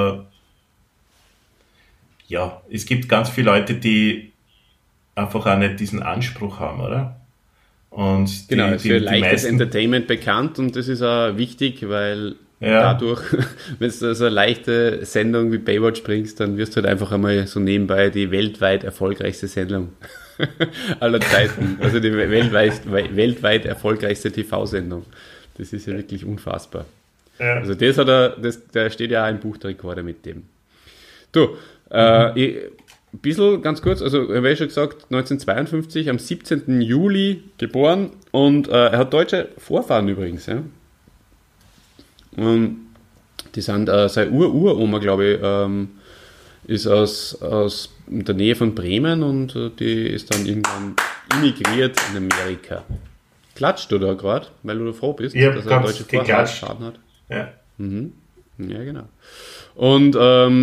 ja, es gibt ganz viele Leute, die einfach auch nicht diesen Anspruch haben, oder? Und genau, es ist für leichtes Entertainment bekannt und das ist auch wichtig, weil dadurch, wenn du so eine leichte Sendung wie Baywatch bringst, dann wirst du halt einfach einmal so nebenbei die weltweit erfolgreichste Sendung aller Zeiten, also die weltweit erfolgreichste TV-Sendung. Das ist ja wirklich unfassbar. Ja. Also das da steht ja auch im Buch der Rekorde mit dem. Du, ein bisschen ganz kurz, also habe ich schon gesagt, 1952 am 17. Juli geboren und er hat deutsche Vorfahren übrigens. Ja. Die sind, seine Uroma, glaube ich, ist aus der Nähe von Bremen und die ist dann irgendwann immigriert in Amerika. Klatscht du da gerade, weil du froh bist, dass er deutsche Vorfahren hat? Ja. Mhm. Ja, genau. Und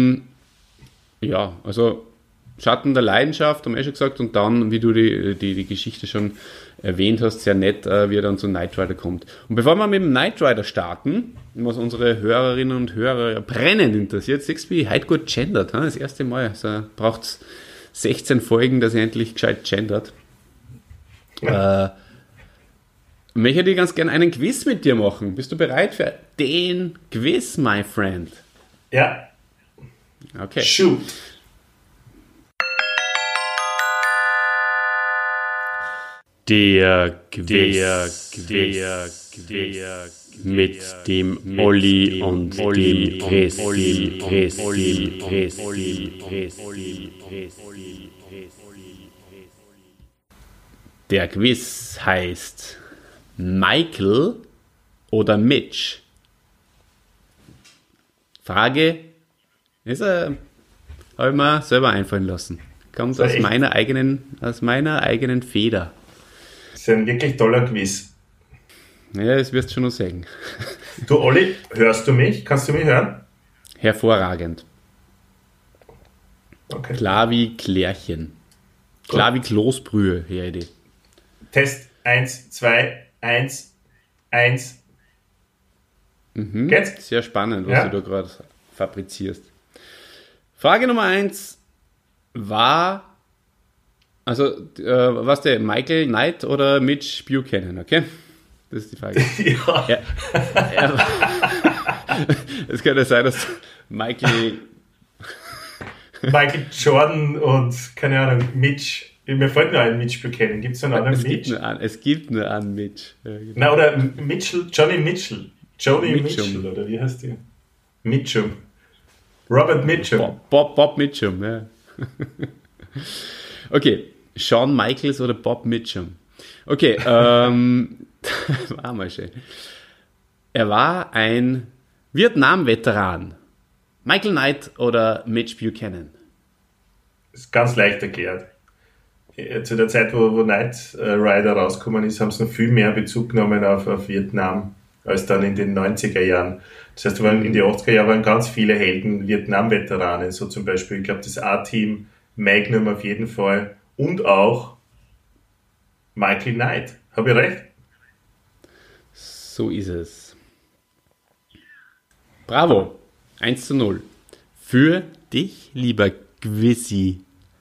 also Schatten der Leidenschaft, haben wir schon gesagt, und dann, wie du die Geschichte schon erwähnt hast, sehr nett, wie er dann zu Knight Rider kommt. Und bevor wir mit dem Knight Rider starten, was unsere Hörerinnen und Hörer brennend interessiert, siehst du, wie heute gut gendert, das erste Mal. Also braucht es 16 Folgen, dass er endlich gescheit gendert. Ja. Möchte ich ganz gerne einen Quiz mit dir machen. Bist du bereit für den Quiz, my friend? Ja. Okay. Shoot. Der Quiz mit dem Olli und dem Christi. Der Quiz heißt Michael oder Mitch? Frage ist habe ich mir selber einfallen lassen. Kommt aus meiner eigenen Feder. Das ist ein wirklich toller Quiz. Ja, das wirst du schon noch sagen. Du, Olli, hörst du mich? Kannst du mich hören? Hervorragend. Okay. Klar wie Klärchen. Klar wie Kloßbrühe, höre ich die. Test 1, 2, 1, 1. Geht's? Sehr spannend, was du da gerade fabrizierst. Frage Nummer 1 war, also, was der Michael Knight oder Mitch Buchanan, okay? Das ist die Frage. Ja. Es kann ja sein, dass Michael Jordan und, keine Ahnung, Mitch. Mir fällt nur ein Mitch Buchanan. Gibt es einen anderen Mitch? Es gibt nur einen Mitch. Ja, genau. Na, oder Johnny Mitchell. Oder wie heißt die? Mitchum. Robert Mitchum. Bob Mitchum, ja. Okay, Shawn Michaels oder Bob Mitchum. Okay, war mal schön. Er war ein Vietnam-Veteran. Michael Knight oder Mitch Buchanan? Das ist ganz leicht erklärt. Zu der Zeit, wo Knight Rider rausgekommen ist, haben sie noch viel mehr Bezug genommen auf Vietnam als dann in den 90er Jahren. Das heißt, in den 80er Jahren waren ganz viele Helden Vietnam-Veteranen, so zum Beispiel, ich glaube, das A-Team, Magnum auf jeden Fall und auch Michael Knight. Habe ich recht? So ist es. Bravo. 1:0. Für dich, lieber Quizzy.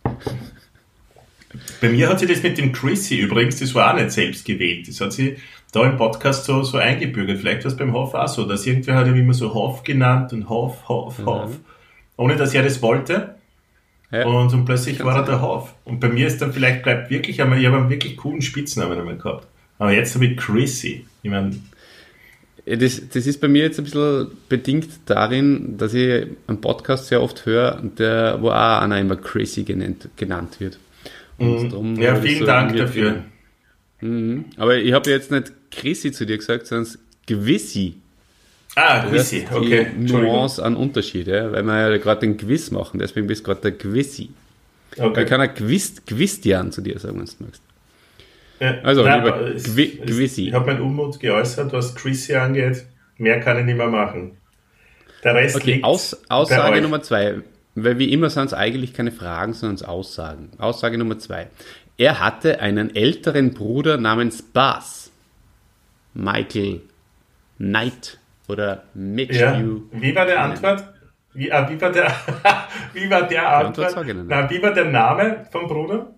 Bei mir hat sie das mit dem Chrissy übrigens, das war auch nicht selbst gewählt. Das hat sie da im Podcast so eingebürgert. Vielleicht war es beim Hoff auch so, dass irgendwer hat ihn immer so Hoff genannt und Hoff. Ohne dass er das wollte. Ja. Und plötzlich war er der Hoff. Und bei mir ist dann vielleicht bleibt wirklich, ich habe einen wirklich coolen Spitznamen einmal gehabt. Aber jetzt habe ich Chrissy. Ich meine, das ist bei mir jetzt ein bisschen bedingt darin, dass ich einen Podcast sehr oft höre, wo auch einer immer Chrissy genannt wird. Und ja, vielen Dank dafür. Aber ich habe jetzt nicht Chrissy zu dir gesagt, sondern Gewissi. Ah, Gewissi, okay. Nuance an Unterschied, ja, weil wir ja gerade den Quiz machen, deswegen bist du gerade der Gewissi. Okay. Ich kann ein Quistian zu dir sagen, wenn du magst. Also, lieber Gewissi. Ich habe meinen Unmut geäußert, was Chrissy angeht. Mehr kann ich nicht mehr machen. Der Rest liegt Aussage Nummer 2. Weil wie immer sind es eigentlich keine Fragen, sondern Aussagen. Aussage Nummer 2. Er hatte einen älteren Bruder namens Buzz. Michael Knight oder Mitch. Ja. Wie war der Antwort? Wie war der Antwort? Wie war der Name vom Bruder?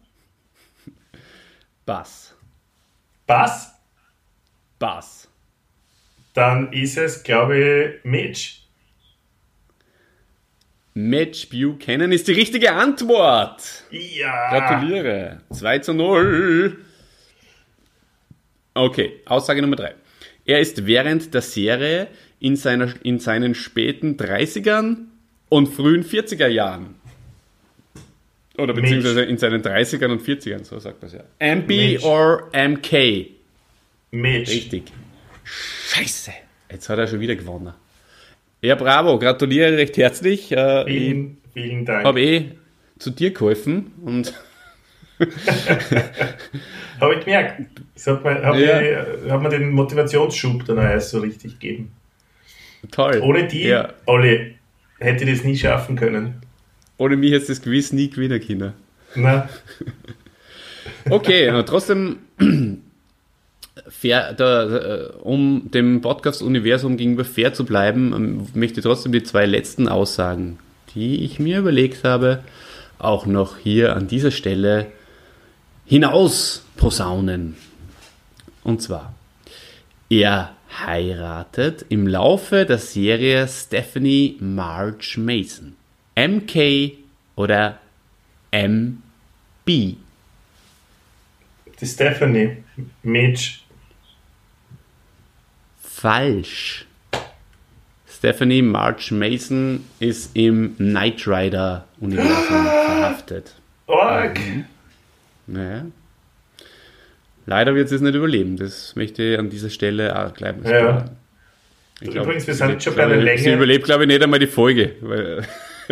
Buzz. Buzz? Buzz. Dann ist es, glaube ich, Mitch. Mitch Buchanan ist die richtige Antwort. Ja. Gratuliere. 2:0. Okay, Aussage Nummer 3. Er ist während der Serie in seinen späten 30ern und frühen 40er Jahren. Oder beziehungsweise in seinen 30ern und 40ern, so sagt man es ja. MB or MK? Mitch. Richtig. Scheiße. Jetzt hat er schon wieder gewonnen. Ja, bravo, gratuliere recht herzlich. Vielen Dank. Habe zu dir geholfen und habe ich gemerkt. Das hat mir den Motivationsschub dann erst so richtig gegeben. Toll. Ohne die, Olli, hätte ich das nie schaffen können. Ohne mich hätte das gewiss nie gewinnen können. Na. Okay, aber trotzdem fair, um dem Podcast-Universum gegenüber fair zu bleiben, möchte ich trotzdem die 2 letzten Aussagen, die ich mir überlegt habe, auch noch hier an dieser Stelle hinaus posaunen. Und zwar, er heiratet im Laufe der Serie Stephanie Marge Mason. MK oder MB? Die Stephanie Mitch. Falsch. Stephanie Marge Mason ist im Knight Rider Universum verhaftet. Org. Naja. Leider wird sie es nicht überleben. Das möchte ich an dieser Stelle auch gleich mal sagen. Übrigens, wir sind schon bei der Länge. Sie überlebt, glaube ich, nicht einmal die Folge. Weil,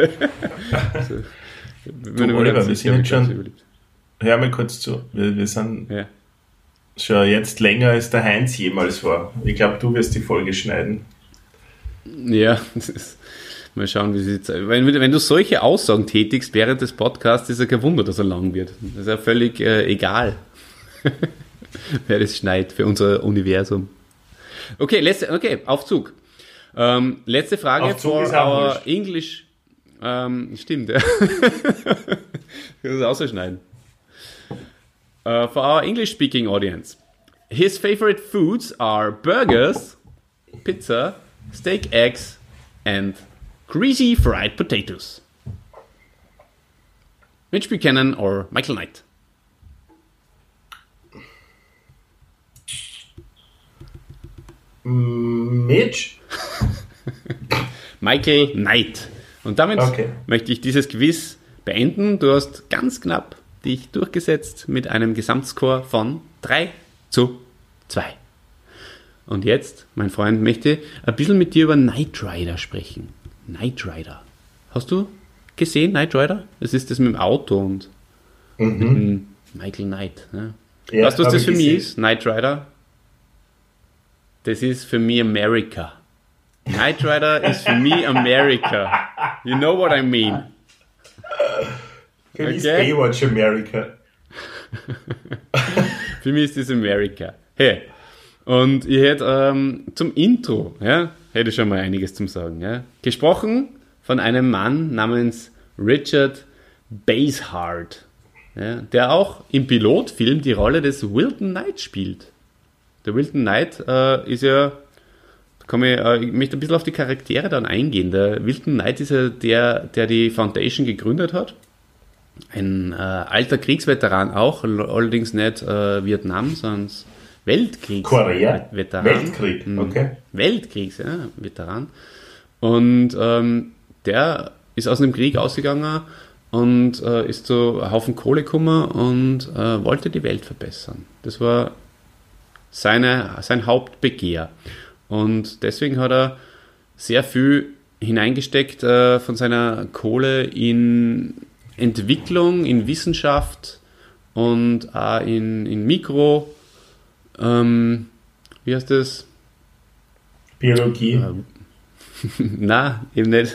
Oliver, wir sind jetzt schon... Hör mal kurz zu. Wir sind schon jetzt länger, als der Heinz jemals war. Ich glaube, du wirst die Folge schneiden. Ja, mal schauen, wie sie jetzt... Wenn du solche Aussagen tätigst während des Podcasts, ist ja kein Wunder, dass er lang wird. Das ist ja völlig egal, wer das schneidet für unser Universum. Okay, Aufzug. Letzte Frage for our English... stimmt, ja. Das ist ausschneiden. For our English-speaking audience. His favorite foods are burgers, pizza, steak eggs and greasy fried potatoes. Mitch Buchanan or Michael Knight? Mitch? Michael Knight. Und damit möchte ich dieses Quiz beenden. Du hast ganz knapp dich durchgesetzt mit einem Gesamtscore von 3:2. Und jetzt, mein Freund, möchte ein bisschen mit dir über Knight Rider sprechen. Knight Rider. Hast du gesehen, Knight Rider? Das ist das mit dem Auto und mit dem Michael Knight. Ne? Ja, weißt du, was das für mich ist? Knight Rider? Das ist für mich America. Knight Rider is for me America. You know what I mean? Für mich ist Baywatch America. Für mich ist das America. Hey, und ich hätte zum Intro, hätte schon mal einiges zum Sagen. Ja? Gesprochen von einem Mann namens Richard Basehart, der auch im Pilotfilm die Rolle des Wilton Knight spielt. Der Wilton Knight ist ja... Ich möchte ein bisschen auf die Charaktere dann eingehen. Der Wilton Knight ist ja der die Foundation gegründet hat. Ein alter Kriegsveteran auch, allerdings nicht Vietnam, sondern Korea. Weltkrieg, okay. Weltkriegsveteran. Und der ist aus dem Krieg ausgegangen und ist zu einem Haufen Kohle gekommen und wollte die Welt verbessern. Das war sein Hauptbegehr. Und deswegen hat er sehr viel hineingesteckt von seiner Kohle in Entwicklung, in Wissenschaft und auch in Mikro, wie heißt das? Biologie. Na, eben nicht.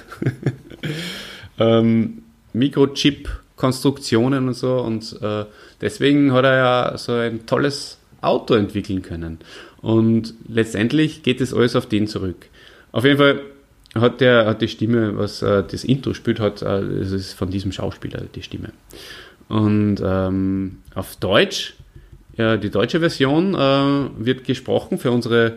Mikrochip-Konstruktionen und so. Und deswegen hat er ja so ein tolles Auto entwickeln können. Und letztendlich geht es alles auf den zurück. Auf jeden Fall hat die Stimme, was das Intro spielt, es ist von diesem Schauspieler die Stimme. Und auf Deutsch, die deutsche Version wird gesprochen für unsere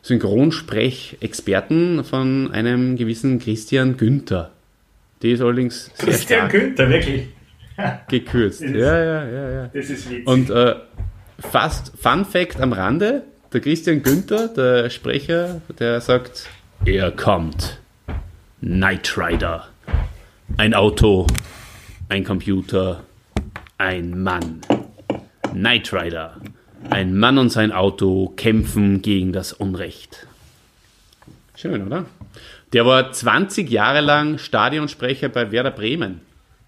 Synchronsprechexperten von einem gewissen Christian Günther. Die ist allerdings sehr Christian Günther, wirklich? Gekürzt. Ja. Das ist witzig. Und fast Fun Fact am Rande, der Christian Günther, der Sprecher, der sagt, er kommt. Knight Rider. Ein Auto, ein Computer, ein Mann. Knight Rider. Ein Mann und sein Auto kämpfen gegen das Unrecht. Schön, oder? Der war 20 Jahre lang Stadionsprecher bei Werder Bremen.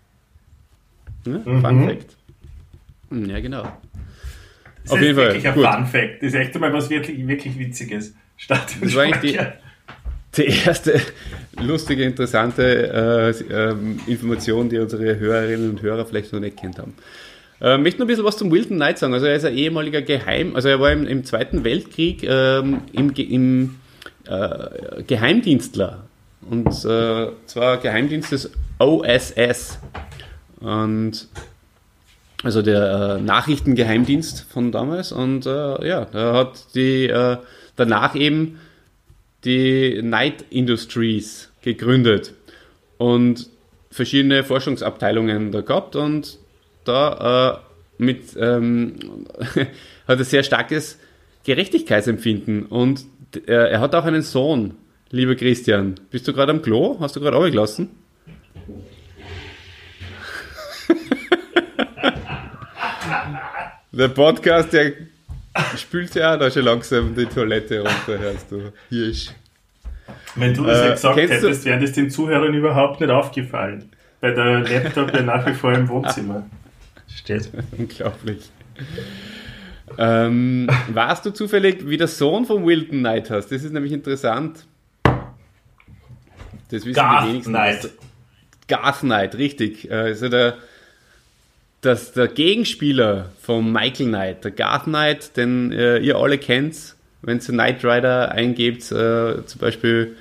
Ja, Fun Fact. Ja, genau. Das ist wirklich ein Fun Fact. Das ist echt einmal was wirklich, wirklich Witziges. Das war eigentlich die erste lustige, interessante Information, die unsere Hörerinnen und Hörer vielleicht noch nicht kennt haben. Ich möchte noch ein bisschen was zum Wilton Knight sagen. Also er ist ein ehemaliger er war im Zweiten Weltkrieg im Geheimdienstler. Und zwar Geheimdienst des OSS. Und also der Nachrichtengeheimdienst von damals. Und da hat danach eben die Knight Industries gegründet und verschiedene Forschungsabteilungen da gehabt und da hat er sehr starkes Gerechtigkeitsempfinden und er hat auch einen Sohn, lieber Christian. Bist du gerade am Klo? Hast du gerade runtergelassen? Der Podcast, der spült ja auch da schon langsam die Toilette runter, hörst du. Hirsch. Wenn du das ja gesagt kennst hättest, wäre das den Zuhörern überhaupt nicht aufgefallen. Weil der Laptop ja nach wie vor im Wohnzimmer steht. Unglaublich. Weißt du zufällig, wie der Sohn von Wilton Knight heißt? Das ist nämlich interessant. Das wissen Garth die wenigsten. Knight. Garth Knight, richtig. Also der Gegenspieler von Michael Knight, der Garth Knight, den ihr alle kennt, wenn ihr Knight Rider eingebt, zum Beispiel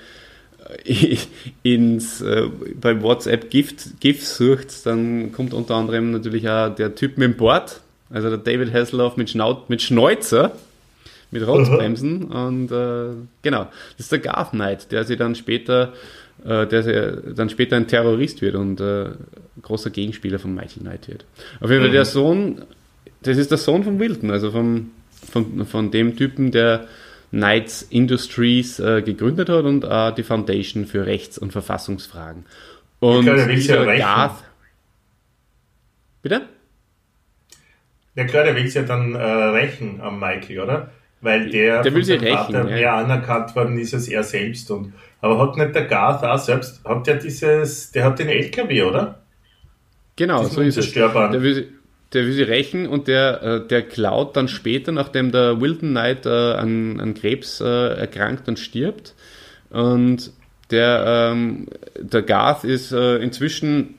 beim WhatsApp GIFs sucht, dann kommt unter anderem natürlich auch der Typ mit dem Board, also der David Hasselhoff mit Schnäuzer, mit Rotzbremsen und genau, das ist der Garth Knight, der dann später ein Terrorist wird und großer Gegenspieler von Michael Knight wird. Auf jeden Fall der Sohn, das ist der Sohn von Wilton, also von dem Typen, der Knights Industries gegründet hat und die Foundation für Rechts- und Verfassungsfragen. Und der will dieser ja Garth... Bitte? Ja klar, der will sich ja dann rächen am Michael, oder? Weil der will von sich seinem rächen, Vater mehr anerkannt worden ist als er selbst. Aber hat nicht der Garth auch selbst, der hat den LKW, oder? Genau, so ist es. Der Unzerstörbaren. will sie rächen und der klaut dann später, nachdem der Wilton Knight an Krebs erkrankt und stirbt. Und der Garth ist inzwischen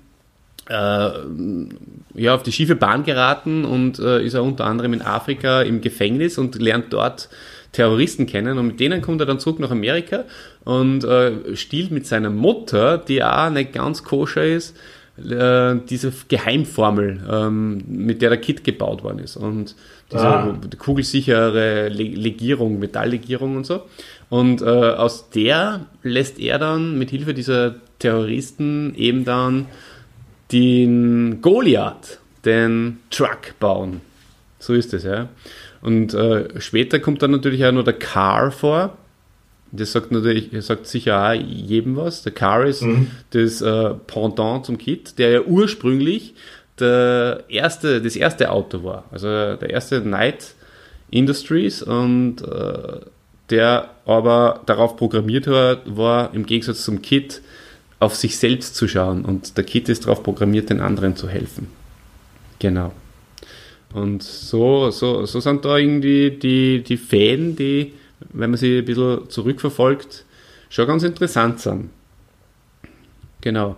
auf die schiefe Bahn geraten und ist auch unter anderem in Afrika im Gefängnis und lernt dort Terroristen kennen und mit denen kommt er dann zurück nach Amerika und stiehlt mit seiner Mutter, die auch nicht ganz koscher ist, diese Geheimformel, mit der Kit gebaut worden ist und diese kugelsichere Legierung, Metalllegierung und so. Und aus der lässt er dann mit Hilfe dieser Terroristen eben dann den Goliath, den Truck bauen. So ist es, ja. Und später kommt dann natürlich auch noch der Car vor. Das sagt sicher auch jedem was. Der Car ist das Pendant zum Kit, der ja ursprünglich das erste Auto war. Also der erste Knight Industries und der aber darauf programmiert war, im Gegensatz zum Kit, auf sich selbst zu schauen. Und der Kit ist darauf programmiert, den anderen zu helfen. Genau. Und so sind da irgendwie die Fäden, die, wenn man sie ein bisschen zurückverfolgt, schon ganz interessant sind. Genau.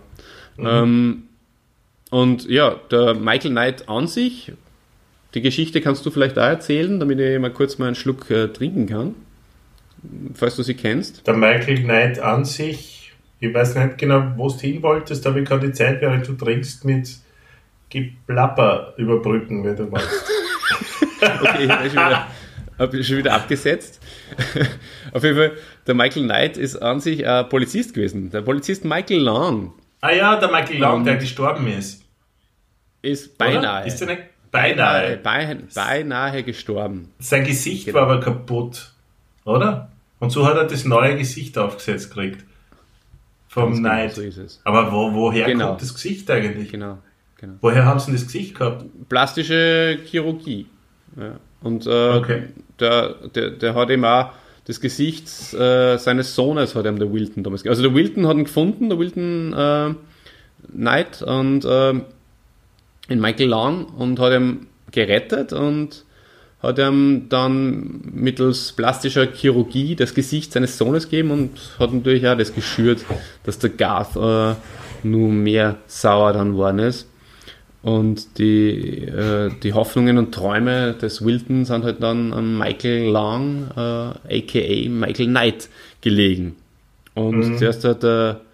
Und ja, der Michael Knight an sich, die Geschichte kannst du vielleicht auch erzählen, damit ich mal kurz mal einen Schluck trinken kann, falls du sie kennst. Der Michael Knight an sich, ich weiß nicht genau, wo du hin wolltest, aber ich kann die Zeit, während du trinkst, mit Geplapper überbrücken, wenn du magst. Okay, habe ich schon wieder abgesetzt. Auf jeden Fall, der Michael Knight ist an sich ein Polizist gewesen. Der Polizist Michael Lang. Ah ja, der Michael Lang, der gestorben ist. Ist beinahe. Oder? Ist der nicht? Beinahe. Beinahe gestorben. Sein Gesicht war aber kaputt, oder? Und so hat er das neue Gesicht aufgesetzt gekriegt. Vom Knight. Genau, so ist es. Aber woher kommt das Gesicht eigentlich? Genau. Woher haben sie denn das Gesicht gehabt? Plastische Chirurgie. Ja. Und Okay. der hat eben auch das Gesicht seines Sohnes, hat ihm der Wilton damals. Also der Wilton hat ihn gefunden, der Wilton Knight, und in Michael Lang, und hat ihn gerettet und hat ihm dann mittels plastischer Chirurgie das Gesicht seines Sohnes gegeben und hat natürlich auch das geschürt, dass der Garth nur mehr sauer dann worden ist. Und die Hoffnungen und Träume des Wilton sind halt dann an Michael Lang, a.k.a. Michael Knight, gelegen. Und zuerst hat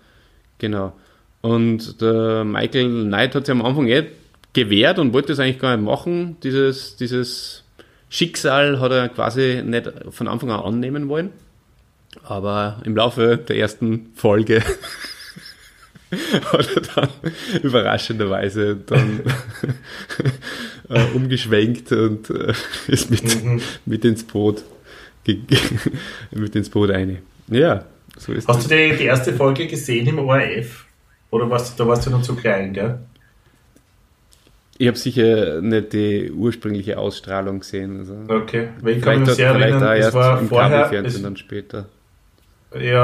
und der Michael Knight hat sich am Anfang gewehrt und wollte das eigentlich gar nicht machen. Dieses Schicksal hat er quasi nicht von Anfang an annehmen wollen. Aber im Laufe der ersten Folge hat er dann überraschenderweise dann umgeschwenkt und ist mit ins Boot rein. Ja, so ist Hast du die erste Folge gesehen im ORF? Oder da warst du noch zu klein, gell? Ich habe sicher nicht die ursprüngliche Ausstrahlung gesehen. Also okay, weil ich kann mich sehr erinnern, da es erst war im vorher... Kabelfernsehen dann später. Ja,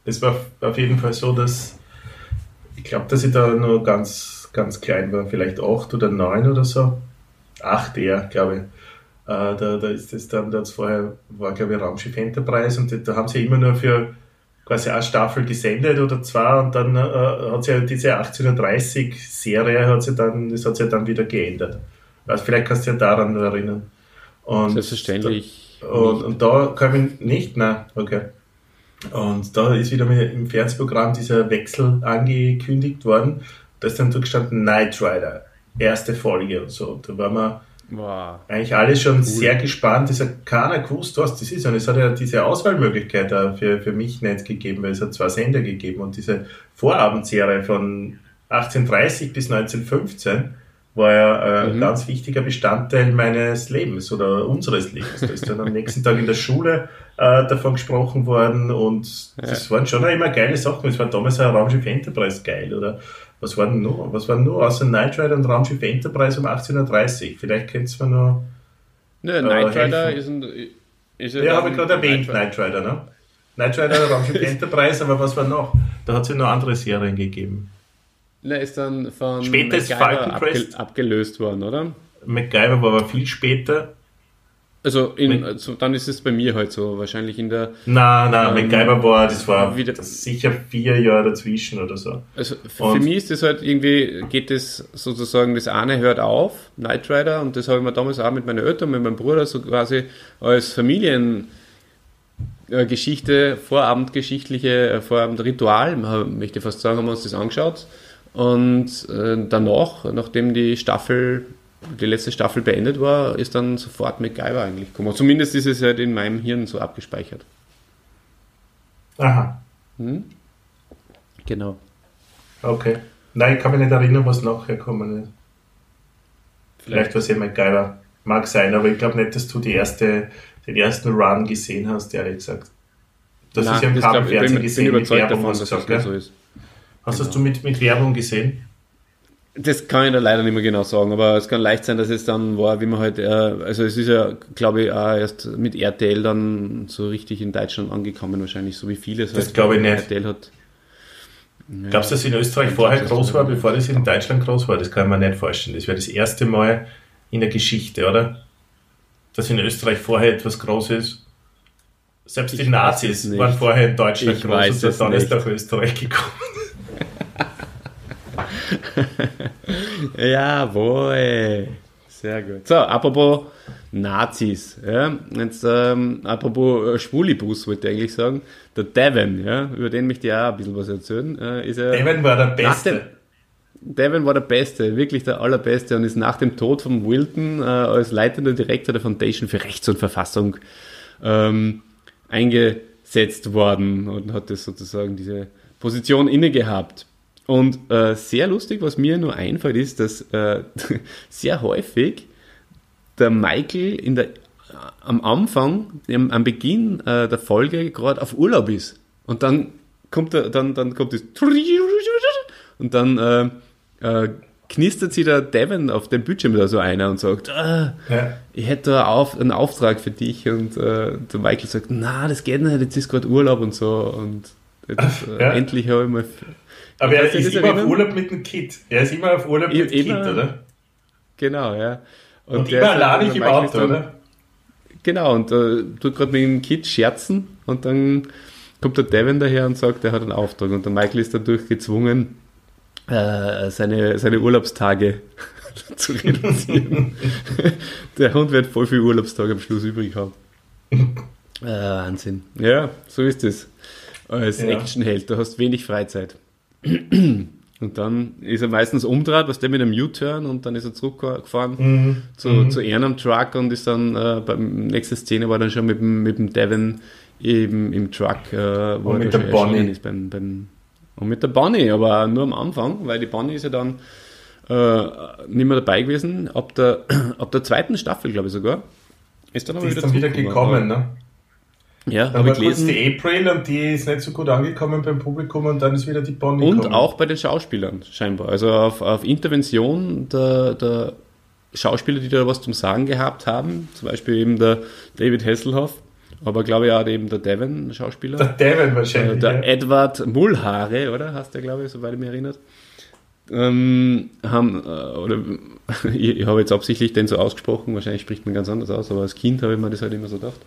es war auf jeden Fall so, dass ich glaube, dass ich da nur ganz, ganz klein war, vielleicht 8 oder 9 oder so. 8 eher, glaube ich. Da ist das dann, vorher war, glaube ich, Raumschiff Enterprise und da haben sie immer nur für quasi eine Staffel gesendet oder 2 und dann hat sich diese 1830-Serie das hat sich dann wieder geändert. Also vielleicht kannst du dich daran nur erinnern. Und selbstverständlich. Und da kam ich nicht, nein, okay. Und da ist wieder im Fernsehprogramm dieser Wechsel angekündigt worden. Da ist dann durchgestanden Knight Rider, erste Folge und so. Da waren wir eigentlich alle schon sehr gespannt. Es hat keiner gewusst, was das ist. Und es hat ja diese Auswahlmöglichkeit für mich nicht gegeben, weil es hat 2 Sender gegeben. Und diese Vorabendserie von 1830 bis 1915 war ja ein ganz wichtiger Bestandteil meines Lebens oder unseres Lebens. Da ist dann am nächsten Tag in der Schule davon gesprochen worden und das waren schon immer geile Sachen. Es war damals ein Raumschiff Enterprise geil, oder? Was war denn nur? Außer Knight Rider und Raumschiff Enterprise um 1830? Vielleicht kennt man noch. Ne, Knight Rider ist ja, habe ich gerade erwähnt, Knight Rider, ne? Knight Rider, Raumschiff Enterprise, aber was war noch? Da hat es ja noch andere Serien gegeben. Ne, ist dann von später ist Falcon Crest abgelöst worden, oder? MacGyver war aber viel später. Also, dann ist es bei mir halt so, wahrscheinlich in der... Nein, MacGyver war sicher 4 Jahre dazwischen oder so. Also für mich ist das halt irgendwie, geht das sozusagen, das eine hört auf, Knight Rider, und das habe ich mir damals auch mit meinen Eltern, mit meinem Bruder so quasi als Familiengeschichte, Vorabendritual, möchte ich fast sagen, haben wir uns das angeschaut. Und danach, nachdem die letzte Staffel beendet war, ist dann sofort MacGyver eigentlich gekommen. Zumindest ist es halt in meinem Hirn so abgespeichert. Aha. Genau. Okay. Nein, ich kann mich nicht erinnern, was nachher gekommen ist. Vielleicht war es ja MacGyver. Mag sein, aber ich glaube nicht, dass du den ersten Run gesehen hast, ehrlich gesagt. Das ist ja im Kabelfernsehen gesehen, mit Werbung, hast du gesagt, so ist. Hast du mit Werbung gesehen? Das kann ich da leider nicht mehr genau sagen, aber es kann leicht sein, dass es dann war, wie man halt, also es ist ja, glaube ich, auch erst mit RTL dann so richtig in Deutschland angekommen, wahrscheinlich, so wie vieles. Das glaube ich nicht. RTL hat. Glaubst du, dass in Österreich vorher groß war, bevor das in Deutschland groß war? Das kann man nicht vorstellen. Das wäre das erste Mal in der Geschichte, oder? Dass in Österreich vorher etwas Großes. Selbst die Nazis waren vorher in Deutschland groß und dann ist nach Österreich gekommen. Jawohl, sehr gut. So, apropos Nazis, ja, jetzt apropos Schwulibus wollte ich eigentlich sagen, der Devon, ja, über den möchte ich auch ein bisschen was erzählen. Devon war der Beste. Devon war der Beste, wirklich der Allerbeste und ist nach dem Tod von Wilton als leitender Direktor der Foundation für Rechts und Verfassung eingesetzt worden und hat das sozusagen diese Position inne gehabt. Und sehr lustig, was mir nur einfällt, ist, dass sehr häufig der Michael am Anfang, am Beginn der Folge gerade auf Urlaub ist. Und dann kommt das und dann knistert sich der Devon auf dem Bildschirm da so einer und sagt, ich hätte da einen Auftrag für dich. Und der Michael sagt, na, das geht nicht, jetzt ist gerade Urlaub und so. Und jetzt, endlich habe ich mal... Aber er ist immer auf Urlaub mit dem Kind. Er ist immer auf Urlaub mit dem Kind, oder? Genau, ja. Und immer alleinig im Auto, oder? Genau, und tut gerade mit dem Kind scherzen und dann kommt der Devon daher und sagt, er hat einen Auftrag. Und der Michael ist dadurch gezwungen, seine Urlaubstage zu reduzieren. Der Hund wird voll viele Urlaubstage am Schluss übrig haben. Wahnsinn. Ja, so ist es. Als Actionheld, du hast wenig Freizeit. Und dann ist er meistens umgedreht, was der mit einem U-Turn und dann ist er zurückgefahren zu Ern am Truck und ist dann beim nächsten Szene war dann schon mit dem Devon eben im Truck, wo und er mit der Bonnie ist und mit der Bonnie, aber nur am Anfang, weil die Bonnie ist ja dann nicht mehr dabei gewesen, ab der zweiten Staffel, glaube ich sogar. Ist dann aber wieder gekommen, ne? Ja, habe ich gelesen. Kurz die April und die ist nicht so gut angekommen beim Publikum und dann ist wieder die Bonnie und gekommen. Auch bei den Schauspielern scheinbar. Also auf Intervention der Schauspieler, die da was zum Sagen gehabt haben, zum Beispiel eben der David Hasselhoff, aber glaube ich auch eben der Devon, Schauspieler. Der Devon wahrscheinlich. Der ja. Edward Mulhare, oder? Heißt der, glaube ich, soweit ich mich erinnert. Ich habe jetzt absichtlich den so ausgesprochen, wahrscheinlich spricht man ganz anders aus, aber als Kind habe ich mir das halt immer so gedacht.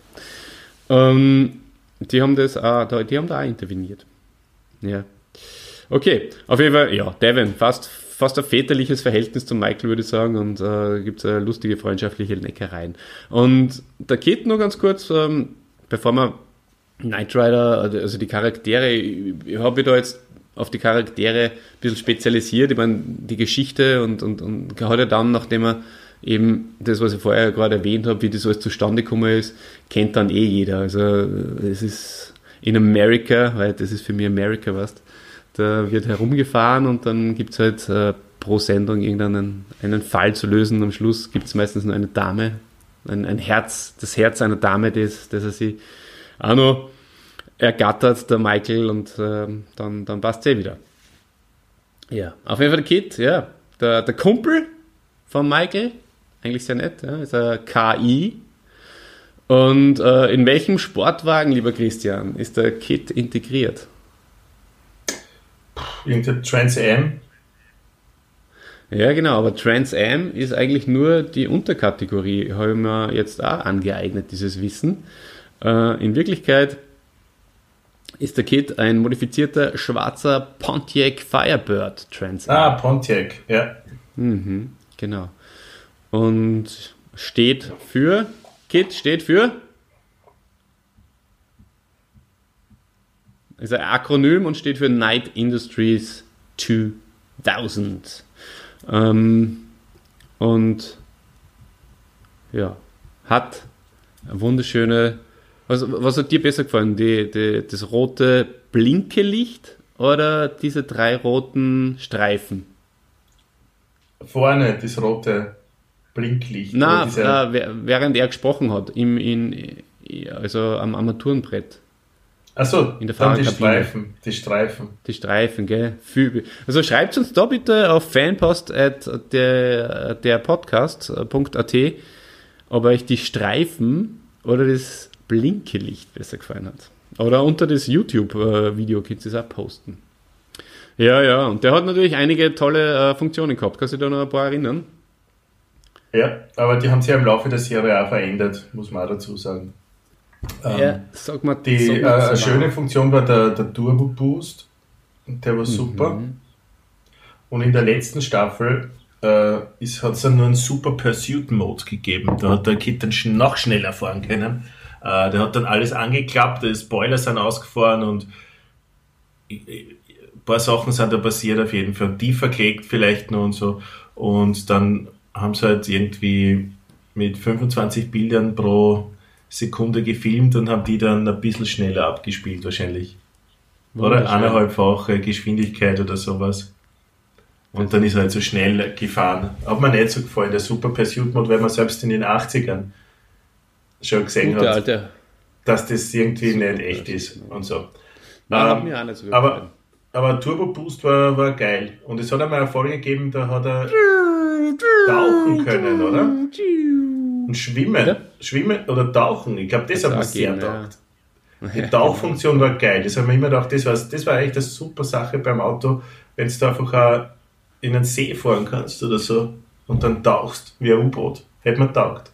Die haben da auch interveniert. Ja. Okay, auf jeden Fall, ja, Devon, fast ein väterliches Verhältnis zu Michael, würde ich sagen, und gibt es lustige freundschaftliche Neckereien. Und der Kit nur ganz kurz, bevor wir Knight Rider, also die Charaktere, ich habe mich da jetzt auf die Charaktere ein bisschen spezialisiert. Ich meine, die Geschichte und hat ja dann, nachdem er eben das, was ich vorher gerade erwähnt habe, wie das alles zustande gekommen ist, kennt dann jeder. Also es ist in America, weil das ist für mich America, weißt, da wird herumgefahren und dann gibt es halt pro Sendung einen Fall zu lösen. Am Schluss gibt es meistens nur eine Dame, ein Herz, das Herz einer Dame, das er sich auch noch ergattert, der Michael, und dann passt es wieder. Ja, auf jeden Fall der Kid, ja. Der Kumpel von Michael, eigentlich sehr nett, ja, ist ein KI. Und in welchem Sportwagen, lieber Christian, ist der Kid integriert? Irgendein Trans Am. Ja, genau, aber Trans Am ist eigentlich nur die Unterkategorie, habe ich mir jetzt auch angeeignet, dieses Wissen. In Wirklichkeit ist der Kid ein modifizierter schwarzer Pontiac Firebird Trans Am. Ah, Pontiac, ja. Mhm, genau. Und Kid steht für ist ein Akronym und steht für Knight Industries 2000. Und ja, hat eine wunderschöne. Was hat dir besser gefallen? Das rote Blinkelicht oder diese 3 roten Streifen? Vorne das rote Blinklicht. Nein, während er gesprochen hat, also am Armaturenbrett. Achso, in der dann Fahrerkabine. Die Streifen. Die Streifen, gell? Also schreibt uns da bitte auf fanpost@derpodcast.at, ob euch die Streifen oder das Blinkelicht besser gefallen hat. Oder unter das YouTube-Video könnt ihr es auch posten. Ja, und der hat natürlich einige tolle Funktionen gehabt. Kannst du dich da noch ein paar erinnern? Ja, aber die haben sich im Laufe der Serie auch verändert, muss man auch dazu sagen. Ja, sag mal. Eine schöne Funktion war der Turbo Boost, der war super. Und in der letzten Staffel hat es dann nur einen Super Pursuit Mode gegeben. Da hat der Kid dann noch schneller fahren können. Der hat dann alles angeklappt, die Spoiler sind ausgefahren und ein paar Sachen sind da passiert auf jeden Fall. Die verklickt vielleicht noch und so. Und dann haben sie halt irgendwie mit 25 Bildern pro Sekunde gefilmt und haben die dann ein bisschen schneller abgespielt wahrscheinlich. Oder 1,5-fache Geschwindigkeit oder sowas. Und dann ist er halt so schnell gefahren. Hat mir nicht so gefallen, der Super Pursuit Mode, weil man selbst in den 80ern schon gesehen hat, Alter. dass das irgendwie nicht echt ist und so. Hat mir auch nicht so gefallen. Aber Turbo Boost war geil. Und es hat einmal eine Folge gegeben, da hat er tauchen können, oder? Und schwimmen oder tauchen. Ich glaube, das hat mir sehr gedacht. Die Tauchfunktion war geil. Das haben wir immer gedacht, das war eigentlich eine super Sache beim Auto, wenn du einfach auch in einen See fahren kannst oder so und dann tauchst wie ein U-Boot. Hätte man taugt.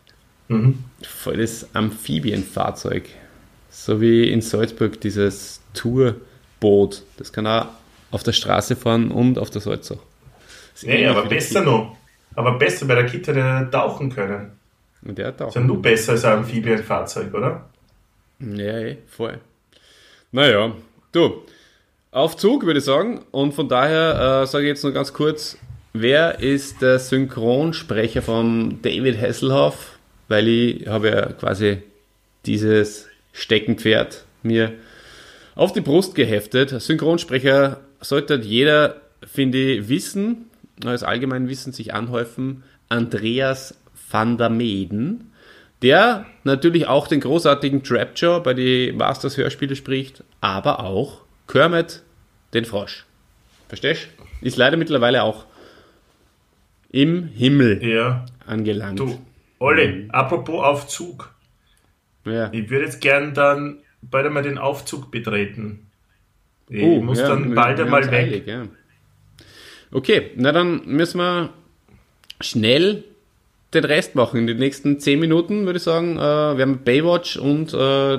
Voll das Amphibienfahrzeug. So wie in Salzburg dieses Tourboot. Das kann auch auf der Straße fahren und auf der Salzach. Ja, aber besser noch. Aber besser, weil der Kid hat ja tauchen können. Und der taucht. Das ist ja nur besser als ein Amphibienfahrzeug, oder? Ja, voll. Naja, du, auf Zug würde ich sagen. Und von daher sage ich jetzt nur ganz kurz, wer ist der Synchronsprecher von David Hasselhoff? Weil ich habe ja quasi dieses Steckenpferd mir auf die Brust geheftet. Synchronsprecher sollte jeder, finde ich, wissen, als Allgemeinwissen sich anhäufen. Andreas van der Meeden, der natürlich auch den großartigen Trapjaw bei den Masters-Hörspiele spricht, aber auch Kermit den Frosch. Verstehst du? Ist leider mittlerweile auch im Himmel angelangt. Du, Olli, apropos auf Zug. Ja. Ich würde jetzt gern dann bald einmal den Aufzug betreten. Ich muss dann bald einmal weg. Eilig, ja. Okay, na dann müssen wir schnell den Rest machen. In den nächsten 10 Minuten würde ich sagen, wir haben Baywatch und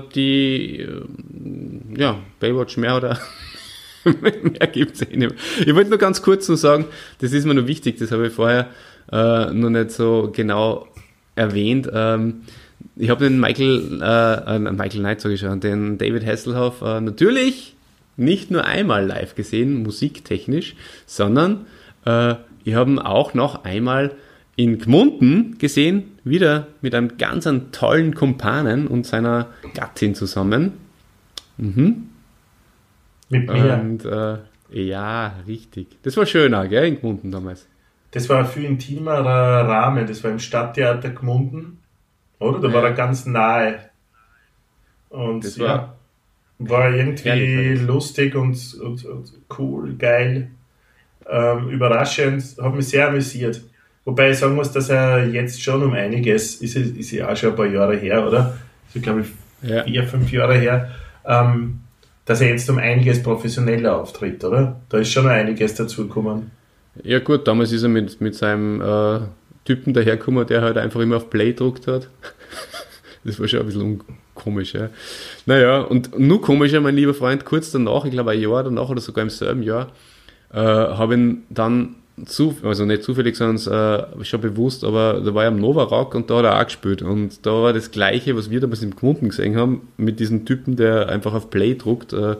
Baywatch mehr oder mehr gibt es eh nicht mehr. Ich wollte nur ganz kurz noch sagen, das ist mir noch wichtig, das habe ich vorher noch nicht so genau erwähnt. Ich habe den Michael Knight, sage ich schon, den David Hasselhoff natürlich nicht nur einmal live gesehen, musiktechnisch, sondern ich habe ihn auch noch einmal in Gmunden gesehen, wieder mit einem ganz tollen Kumpanen und seiner Gattin zusammen. Mhm. Mit mir. Und ja, richtig. Das war schön auch, gell, in Gmunden damals. Das war ein viel intimerer Rahmen. Das war im Stadttheater Gmunden, oder? Da war er ganz nahe. Und Das war irgendwie ehrlich, lustig und cool, geil, überraschend. Hat mich sehr amüsiert. Wobei ich sagen muss, dass er jetzt schon um einiges, ist ja auch schon ein paar Jahre her, oder? So, glaube ich, 4, 5 Jahre her, dass er jetzt um einiges professioneller auftritt, oder? Da ist schon einiges dazugekommen. Ja gut, damals ist er mit seinem Typen dahergekommen, der halt einfach immer auf Play gedruckt hat. Das war schon ein bisschen komisch, ja. Naja, und nur komischer, mein lieber Freund, kurz danach, ich glaube ein Jahr danach oder sogar im selben Jahr, habe ihn dann, also nicht zufällig, sondern schon bewusst, aber da war er am Nova Rock und da hat er auch gespielt. Und da war das Gleiche, was wir damals im Gmunden gesehen haben, mit diesem Typen, der einfach auf Play druckt und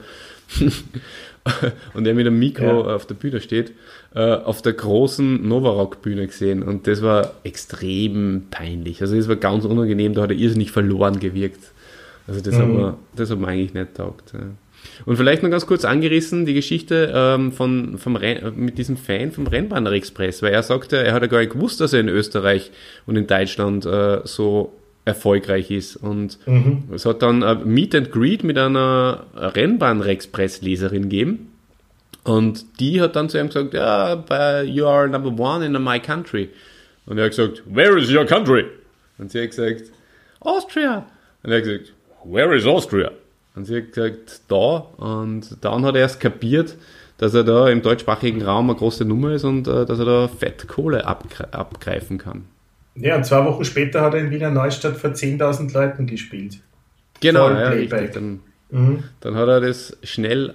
der mit einem Mikro auf der Bühne steht, auf der großen Nova Rock Bühne gesehen. Und das war extrem peinlich. Also das war ganz unangenehm, da hat er irrsinnig verloren gewirkt. Also das hat mir eigentlich nicht taugt. Ja. Und vielleicht noch ganz kurz angerissen, die Geschichte mit diesem Fan vom Rennbanner Express, weil er sagte, er hat ja gar nicht gewusst, dass er in Österreich und in Deutschland so erfolgreich ist. Und es hat dann ein Meet and Greet mit einer Rennbanner Express-Leserin gegeben. Und die hat dann zu ihm gesagt, ja, you are number one in my country. Und er hat gesagt, where is your country? Und sie hat gesagt, Austria. Und er hat gesagt, where is Austria? Und sie hat gesagt, da. Und dann hat er erst kapiert, dass er da im deutschsprachigen Raum eine große Nummer ist und dass er da fett Kohle abgreifen kann. Ja, und 2 Wochen später hat er in Wiener Neustadt vor 10.000 Leuten gespielt. Genau, ja, richtig. Dann hat er das schnell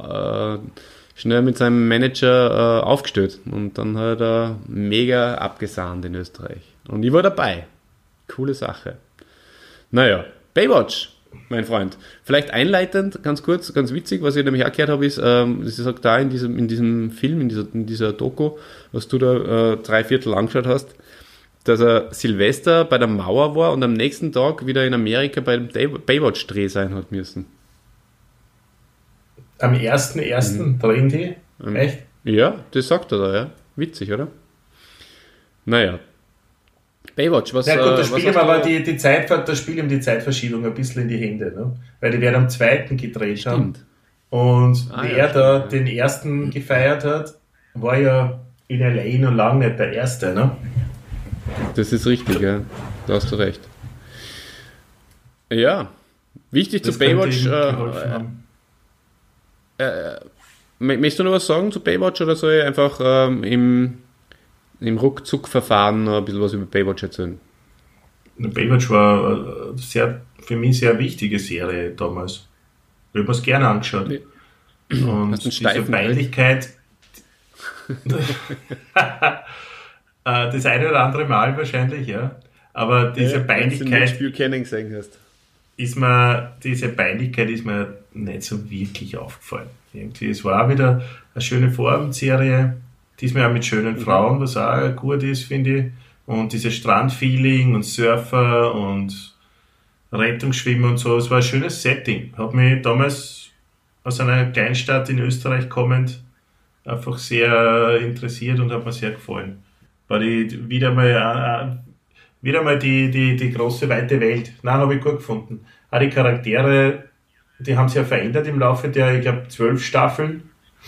mit seinem Manager aufgestellt und dann hat er mega abgesahnt in Österreich. Und ich war dabei. Coole Sache. Naja, Baywatch, mein Freund. Vielleicht einleitend, ganz kurz, ganz witzig, was ich nämlich auch gehört habe, ist, das ist da in diesem Film, in dieser Doku, was du da 3/4 angeschaut hast, dass er Silvester bei der Mauer war und am nächsten Tag wieder in Amerika beim Baywatch-Dreh sein hat müssen. Am 1.1. drehen die? Echt? Ja, das sagt er da, ja. Witzig, oder? Naja. Baywatch, was... Ja gut, da spielt ihm aber das spielt ihm die Zeitverschiebung ein bisschen in die Hände, ne? Weil die werden am 2. gedreht haben. Und wie er da den ersten gefeiert hat, war ja in L.A. noch lange nicht der erste, ne? Das ist richtig, ja. Da hast du recht. Ja, wichtig zu Baywatch. Möchtest du noch was sagen zu Baywatch oder soll ich einfach im Ruckzuck-Verfahren noch ein bisschen was über Baywatch erzählen? Baywatch war für mich sehr wichtige Serie damals. Ich habe mir es gerne angeschaut. Nee. Und diese Peinlichkeit, das eine oder andere Mal wahrscheinlich, ja. Aber diese Peinlichkeit ist mir nicht so wirklich aufgefallen. Irgendwie, es war auch wieder eine schöne Vorabendserie, diesmal auch mit schönen Frauen, was auch gut ist, finde ich. Und dieses Strandfeeling und Surfer und Rettungsschwimmen und so, es war ein schönes Setting. Hat mich damals aus einer Kleinstadt in Österreich kommend einfach sehr interessiert und hat mir sehr gefallen. War wieder mal die große, weite Welt. Nein, habe ich gut gefunden. Auch die Charaktere, die haben sich ja verändert im Laufe der, ich glaube, 12 Staffeln.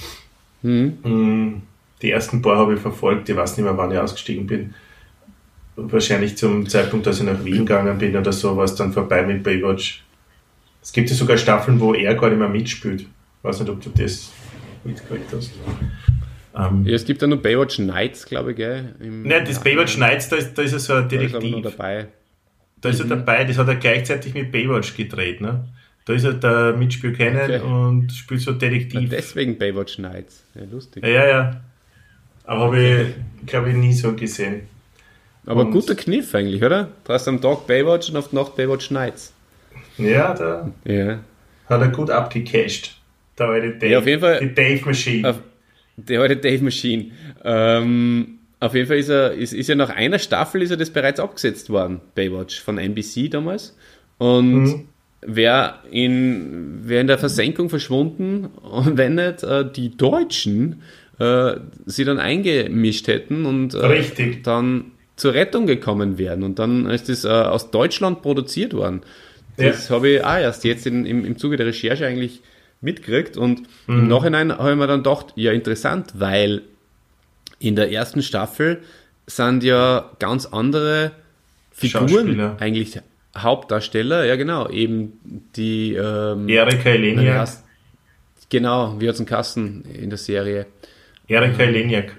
Die ersten paar habe ich verfolgt, ich weiß nicht mehr, wann ich ausgestiegen bin. wahrscheinlich zum Zeitpunkt, als ich nach Wien gegangen bin oder so, war es dann vorbei mit Baywatch. Es gibt ja sogar Staffeln, wo er gar nicht mehr mitspielt. Ich weiß nicht, ob du das mitgekriegt hast. Ja, es gibt ja nur Baywatch Nights, glaube ich, gell? Nein, das Baywatch Nights, da ist er so ein Detektiv. Da ist er noch dabei. Da ist er dabei, das hat er gleichzeitig mit Baywatch gedreht, ne? Da ist er der Mitch Buchanan und spielt so Detektiv. Und deswegen Baywatch Nights. Ja, lustig. Ja. Aber habe ich, glaube ich, nie so gesehen. Aber Und guter Kniff eigentlich, oder? Du hast am Tag Baywatch und auf die Nacht Baywatch Nights. Ja, da hat er gut abgecasht. Der alte Dave, Ja, auf jeden Fall. die Dave Machine. Der alte Dave Machine. Auf jeden Fall ist ja nach einer Staffel ist ja das bereits abgesetzt worden, Baywatch, von NBC damals. Und wäre in der Versenkung verschwunden, und wenn nicht die Deutschen sie dann eingemischt hätten und dann zur Rettung gekommen wären. Und dann ist das aus Deutschland produziert worden. Das habe ich auch erst jetzt im Zuge der Recherche eigentlich mitgekriegt. Und im Nachhinein habe ich mir dann gedacht, ja, interessant, weil in der ersten Staffel sind ja ganz andere Figuren eigentlich Hauptdarsteller. Ja, genau, eben die Erika Eleniak. Genau, wie hat es einen Kasten in der Serie? Erika Eleniak.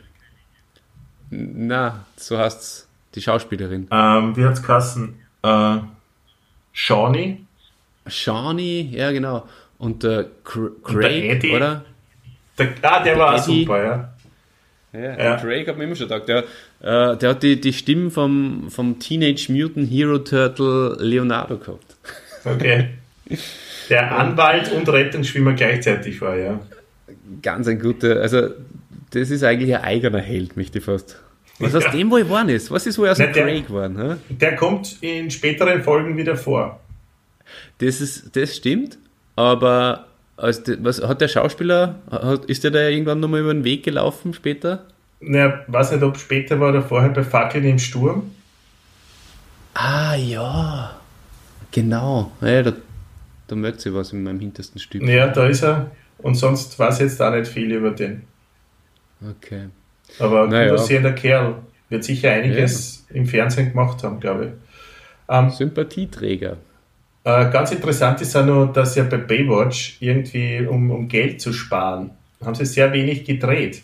Na, so heißt es, die Schauspielerin. Wie hat es Kasten? Shawnee, ja genau. Und Craig, und der Eddie, oder? Der war auch Eddie. super, ja. Ja. Craig hat mir immer schon gedacht. Der hat die Stimmen vom Teenage Mutant Hero Turtle Leonardo gehabt. Okay. Der Anwalt und Rettungsschwimmer gleichzeitig war, ja. Ganz ein guter, also das ist eigentlich ein eigener Held, möchte ich fast. Was aus dem wohl geworden ist? Was ist wohl aus dem Craig geworden? Hä? Der kommt in späteren Folgen wieder vor. Das stimmt, aber was hat der Schauspieler, ist der da irgendwann nochmal über den Weg gelaufen später? Ich weiß nicht, ob später war oder vorher bei Fackeln im Sturm. Ah ja, genau. Ja, da merkt sich was in meinem hintersten Stück. Ja, da ist er. Und sonst weiß ich jetzt auch nicht viel über den. Okay. Aber gut aussehender Kerl. Wird sicher einiges im Fernsehen gemacht haben, glaube ich. Sympathieträger. Ganz interessant ist auch noch, dass ja bei Baywatch irgendwie, um Geld zu sparen, haben sie sehr wenig gedreht.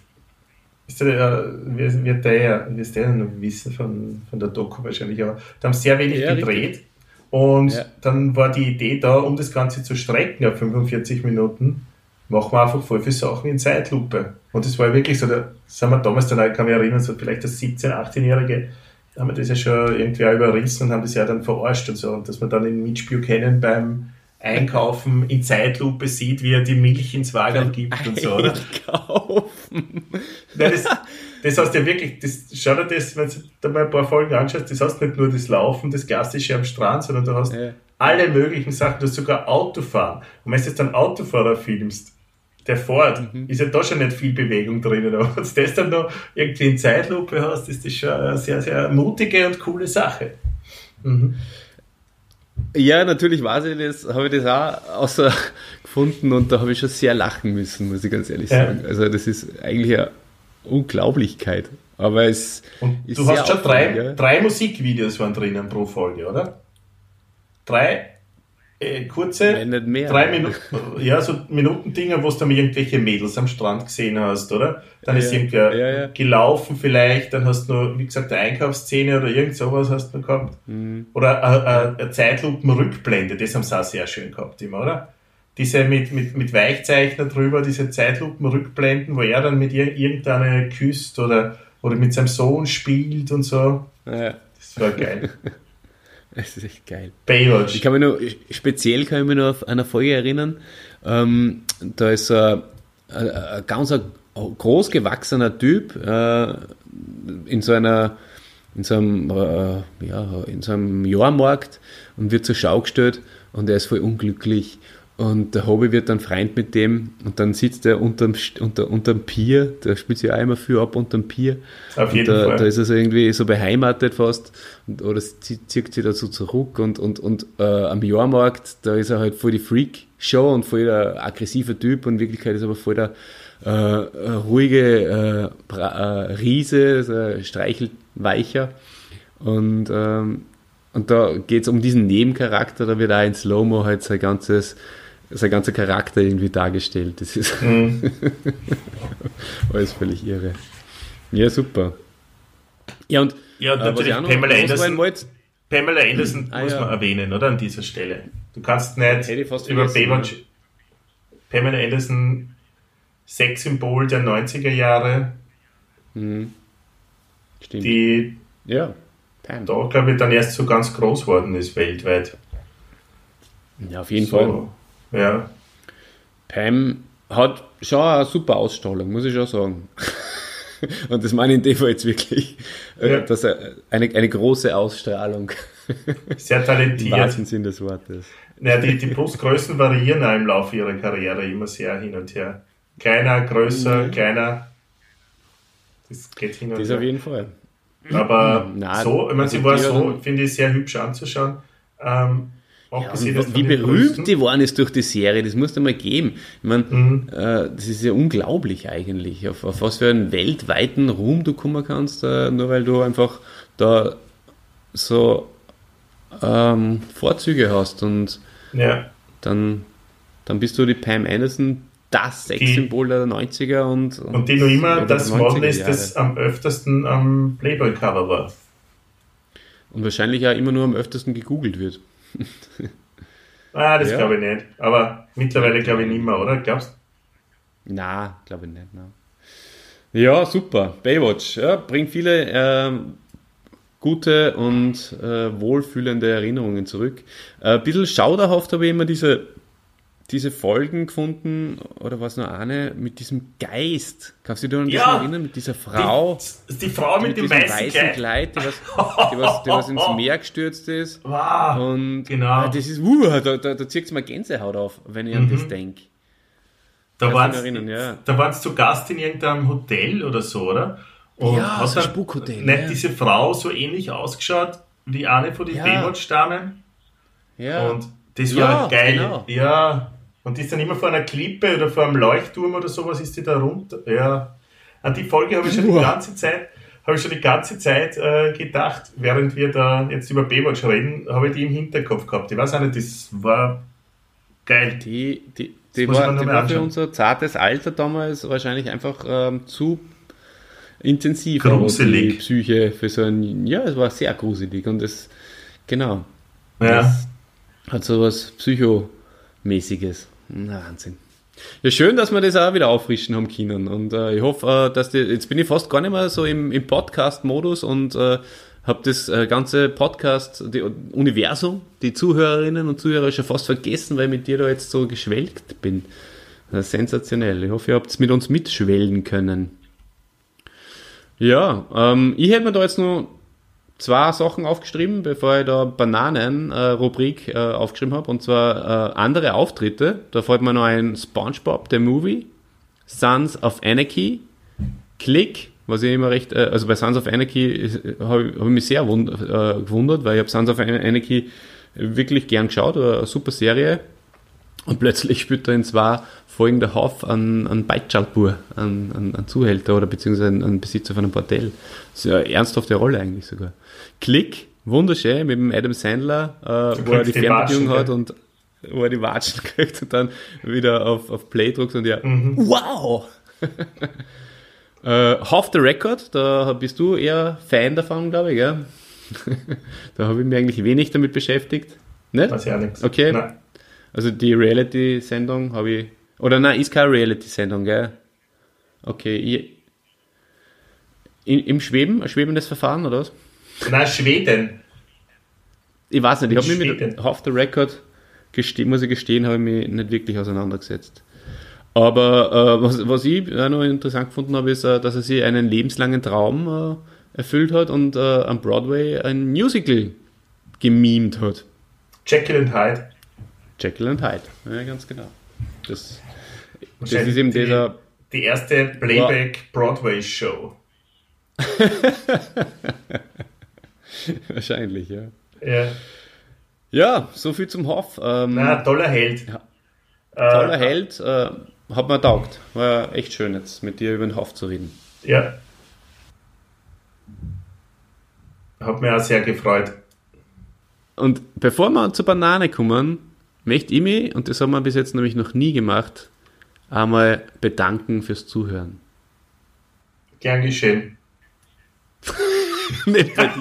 Wird der noch wissen von der Doku wahrscheinlich, aber da haben sie sehr wenig gedreht. Richtig. Und dann war die Idee da, um das Ganze zu strecken auf 45 Minuten, machen wir einfach voll viele Sachen in Zeitlupe. Und das war wirklich so, da sind wir damals dann, ich kann mich erinnern, so vielleicht das 17-, 18-Jährige, da haben wir das ja schon irgendwie auch überrissen und haben das ja dann verarscht und so. Und dass man dann in Mitch Buchanan beim Einkaufen in Zeitlupe sieht, wie er die Milch ins Wagen gibt und so, oder? Einkaufen! Nein, das heißt ja wirklich, schau dir das, wenn du da mal ein paar Folgen anschaust, das heißt nicht nur das Laufen, das Klassische am Strand, sondern du hast alle möglichen Sachen, du hast sogar Autofahren. Und wenn du jetzt einen Autofahrer filmst, der fährt, ist ja da schon nicht viel Bewegung drinnen. Aber wenn du das dann noch irgendwie in Zeitlupe hast, ist das schon eine sehr, sehr mutige und coole Sache. Ja, natürlich habe ich das auch außer gefunden und da habe ich schon sehr lachen müssen, muss ich ganz ehrlich sagen. Also das ist eigentlich eine Unglaublichkeit. Aber es und ist du hast schon drei Musikvideos waren drinnen pro Folge, oder? 3 kurze, nicht mehr, 3 Minuten, ja, so Minutendinger, wo du dann irgendwelche Mädels am Strand gesehen hast, oder? Dann ist irgendwer gelaufen vielleicht, dann hast du noch, wie gesagt, eine Einkaufsszene oder irgend sowas hast du noch gehabt. Oder eine Zeitlupenrückblende, das haben sie auch sehr schön gehabt immer, oder? Diese mit Weichzeichner drüber, diese Zeitlupenrückblenden, wo er dann mit irgendeiner küsst oder mit seinem Sohn spielt und so. Ja. Das war geil. Das ist echt geil. Baywatch. Speziell kann ich mich noch auf eine Folge erinnern. Da ist ein ganz groß gewachsener Typ in so einem Jahrmarkt und wird zur Schau gestellt und er ist voll unglücklich. Und der Hobby wird dann Freund mit dem und dann sitzt er unterm Pier, der spielt sich auch immer viel ab unterm Pier. Auf jeden Fall. Da ist er so irgendwie so beheimatet fast oder zieht sich da so zurück und am Jahrmarkt, da ist er halt voll die Freak-Show und voll der aggressive Typ und in Wirklichkeit ist er aber voll der ruhige Riese, so ein Streichelweicher. Und da geht es um diesen Nebencharakter, da wird auch in Slow-Mo halt sein ganzer Charakter irgendwie dargestellt. Das ist alles völlig irre. Ja, super. Ja, und natürlich was ich auch noch Pamela loswerden Anderson. wollte, Pamela Anderson muss man erwähnen, oder? An dieser Stelle. Du kannst nicht Hätte ich fast über vergessen, Baywatch. Pamela Anderson, Sexsymbol der 90er Jahre, stimmt. die Ja, Pam. da, glaube ich, dann erst so ganz groß geworden ist weltweit. Ja, auf jeden Fall. Ja. Pam hat schon eine super Ausstrahlung, muss ich schon sagen. Und das meine ich in dem Fall jetzt wirklich. Ja. Dass eine große Ausstrahlung. Sehr Im talentiert. wahrsten Sinn des Wortes. Naja, die Brustgrößen variieren auch im Laufe ihrer Karriere immer sehr hin und her. Kleiner, größer, kleiner. Das geht hin und Das her. auf jeden Fall. Aber Nein, so, ich meine, sie also war die so, hat- finde ich, sehr hübsch anzuschauen. Abgesehen jetzt Und von wie den berühmt Brüsten. die geworden ist durch die Serie, das musst du mal geben. Ich meine, das ist ja unglaublich eigentlich, auf was für einen weltweiten Ruhm du kommen kannst, nur weil du einfach da so Vorzüge hast und Ja. dann bist du die Pam Anderson, das Sexsymbol der 90er Und die noch immer oder das der Model 90er ist, das am öftesten am Playboy-Cover war. Und wahrscheinlich auch immer nur am öftesten gegoogelt wird. Das Ja. glaube ich nicht. Aber mittlerweile glaube ich nicht mehr, oder? Glaubst du? Na, glaube ich nicht. Nein. Ja, super. Baywatch, ja, bringt viele gute und wohlfühlende Erinnerungen zurück. Ein bisschen schauderhaft habe ich immer diese Folgen gefunden, oder was noch eine, mit diesem Geist. Kannst du dich an das Ja. erinnern? Mit dieser Frau, Die Frau mit dem diesem weißen Kleid. die was ins Meer gestürzt ist. Wow. Und Genau. das ist, da zieht es mir Gänsehaut auf, wenn ich an das denke. Da Kannst waren du dich erinnern, ja. da waren's zu Gast in irgendeinem Hotel oder so, oder? Und Ja, hat so ein dann Spukhotel, nicht ja. diese Frau so ähnlich ausgeschaut wie eine von den Ja. Baywatch-Damen? Ja. Und das Ja, war geil. genau. Ja. Und die ist dann immer vor einer Klippe oder vor einem Leuchtturm oder sowas, ist die da runter. Ja. An die Folge habe ich schon die ganze Zeit gedacht, während wir da jetzt über Baywatch reden, habe ich die im Hinterkopf gehabt. Ich weiß auch nicht, das war geil. Die muss man war, noch die mal war für anschauen. unser zartes Alter damals wahrscheinlich einfach zu intensiv. Gruselig. Die Psyche für so ein, ja, es war sehr gruselig und es, genau, Ja. das hat so was Psychomäßiges. Na, Wahnsinn. Ja, schön, dass wir das auch wieder auffrischen haben können und ich hoffe, dass jetzt bin ich fast gar nicht mehr so im Podcast-Modus und habe das ganze Universum, die Zuhörerinnen und Zuhörer schon fast vergessen, weil ich mit dir da jetzt so geschwelgt bin. Das ist sensationell. Ich hoffe, ihr habt es mit uns mitschwellen können. Ja, ich hätte mir da jetzt nur 2 Sachen aufgeschrieben, bevor ich da Bananen-Rubrik aufgeschrieben habe, und zwar andere Auftritte. Da fällt mir noch ein SpongeBob, der Movie, Sons of Anarchy, Click, was ich immer recht, also bei Sons of Anarchy habe ich mich sehr gewundert, weil ich habe Sons of Anarchy wirklich gern geschaut, war eine super Serie. Und plötzlich spielt er in 2 Folgen der Hoff an Beitschalpur, an Zuhälter oder beziehungsweise an Besitzer von einem Bordell. Das ist ja eine ernsthafte Rolle eigentlich sogar. Klick, wunderschön, mit dem Adam Sandler, wo er die kriegst die Fernbedienung Watschen, hat und wo er die Watschen kriegt und dann wieder auf Play drückt und ja, wow! Off the Record, da bist du eher Fan davon, glaube ich, gell? Da habe ich mich eigentlich wenig damit beschäftigt. Nicht? Weiß ich auch nichts. Okay. Nein. Also die Reality-Sendung habe ich... Oder nein, ist keine Reality-Sendung, gell? Okay. Im Schweben? Ein schwebendes Verfahren, oder was? Nein, Schweden. Ich weiß nicht, ich habe mich Schweden. mit Off the Record, muss ich gestehen, habe ich mich nicht wirklich auseinandergesetzt. Aber was ich auch noch interessant gefunden habe, ist, dass er sich einen lebenslangen Traum erfüllt hat und am Broadway ein Musical gemimt hat. Jekyll and Hyde. Jekyll and Hyde, ja, ganz genau. Das ist Wahrscheinlich eben dieser... die erste Playback-Broadway-Show. Wahrscheinlich, ja. Ja. Ja, so viel zum Hoff. Na, toller Held. Ja. Toller Held, hat mir taugt. War echt schön jetzt mit dir über den Hoff zu reden. Ja. Hat mich auch sehr gefreut. Und bevor wir zur Banane kommen, möchte ich mich, und das haben wir bis jetzt nämlich noch nie gemacht, einmal bedanken fürs Zuhören. Gern geschehen. Nicht bei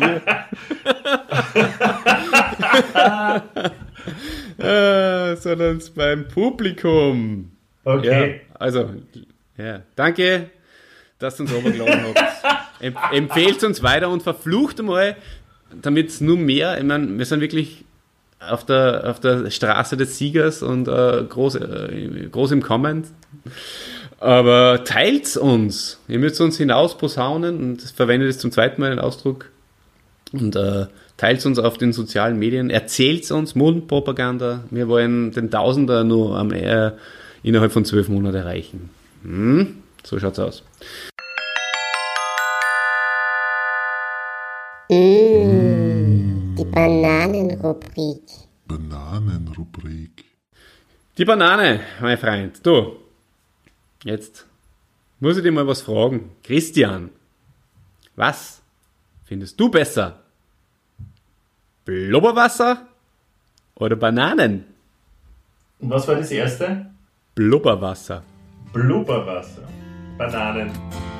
dir. Sondern beim Publikum. Okay. Ja, also, ja, danke, dass ihr uns runtergeladen habt. Empfehlt uns weiter und verflucht einmal, damit es nur mehr, ich meine, wir sind wirklich auf der Straße des Siegers und groß im Kommen. Aber teilt uns. Ihr müsst uns hinaus posaunen und verwendet es zum zweiten Mal den Ausdruck. Und teilt uns auf den sozialen Medien. Erzählt uns Mundpropaganda. Wir wollen den Tausender nur innerhalb von 12 Monaten erreichen. So schaut's aus. Die Bananenrubrik. Die Banane, mein Freund. Du, jetzt muss ich dir mal was fragen. Christian, was findest du besser? Blubberwasser oder Bananen? Und was war das erste? Blubberwasser. Blubberwasser. Bananen.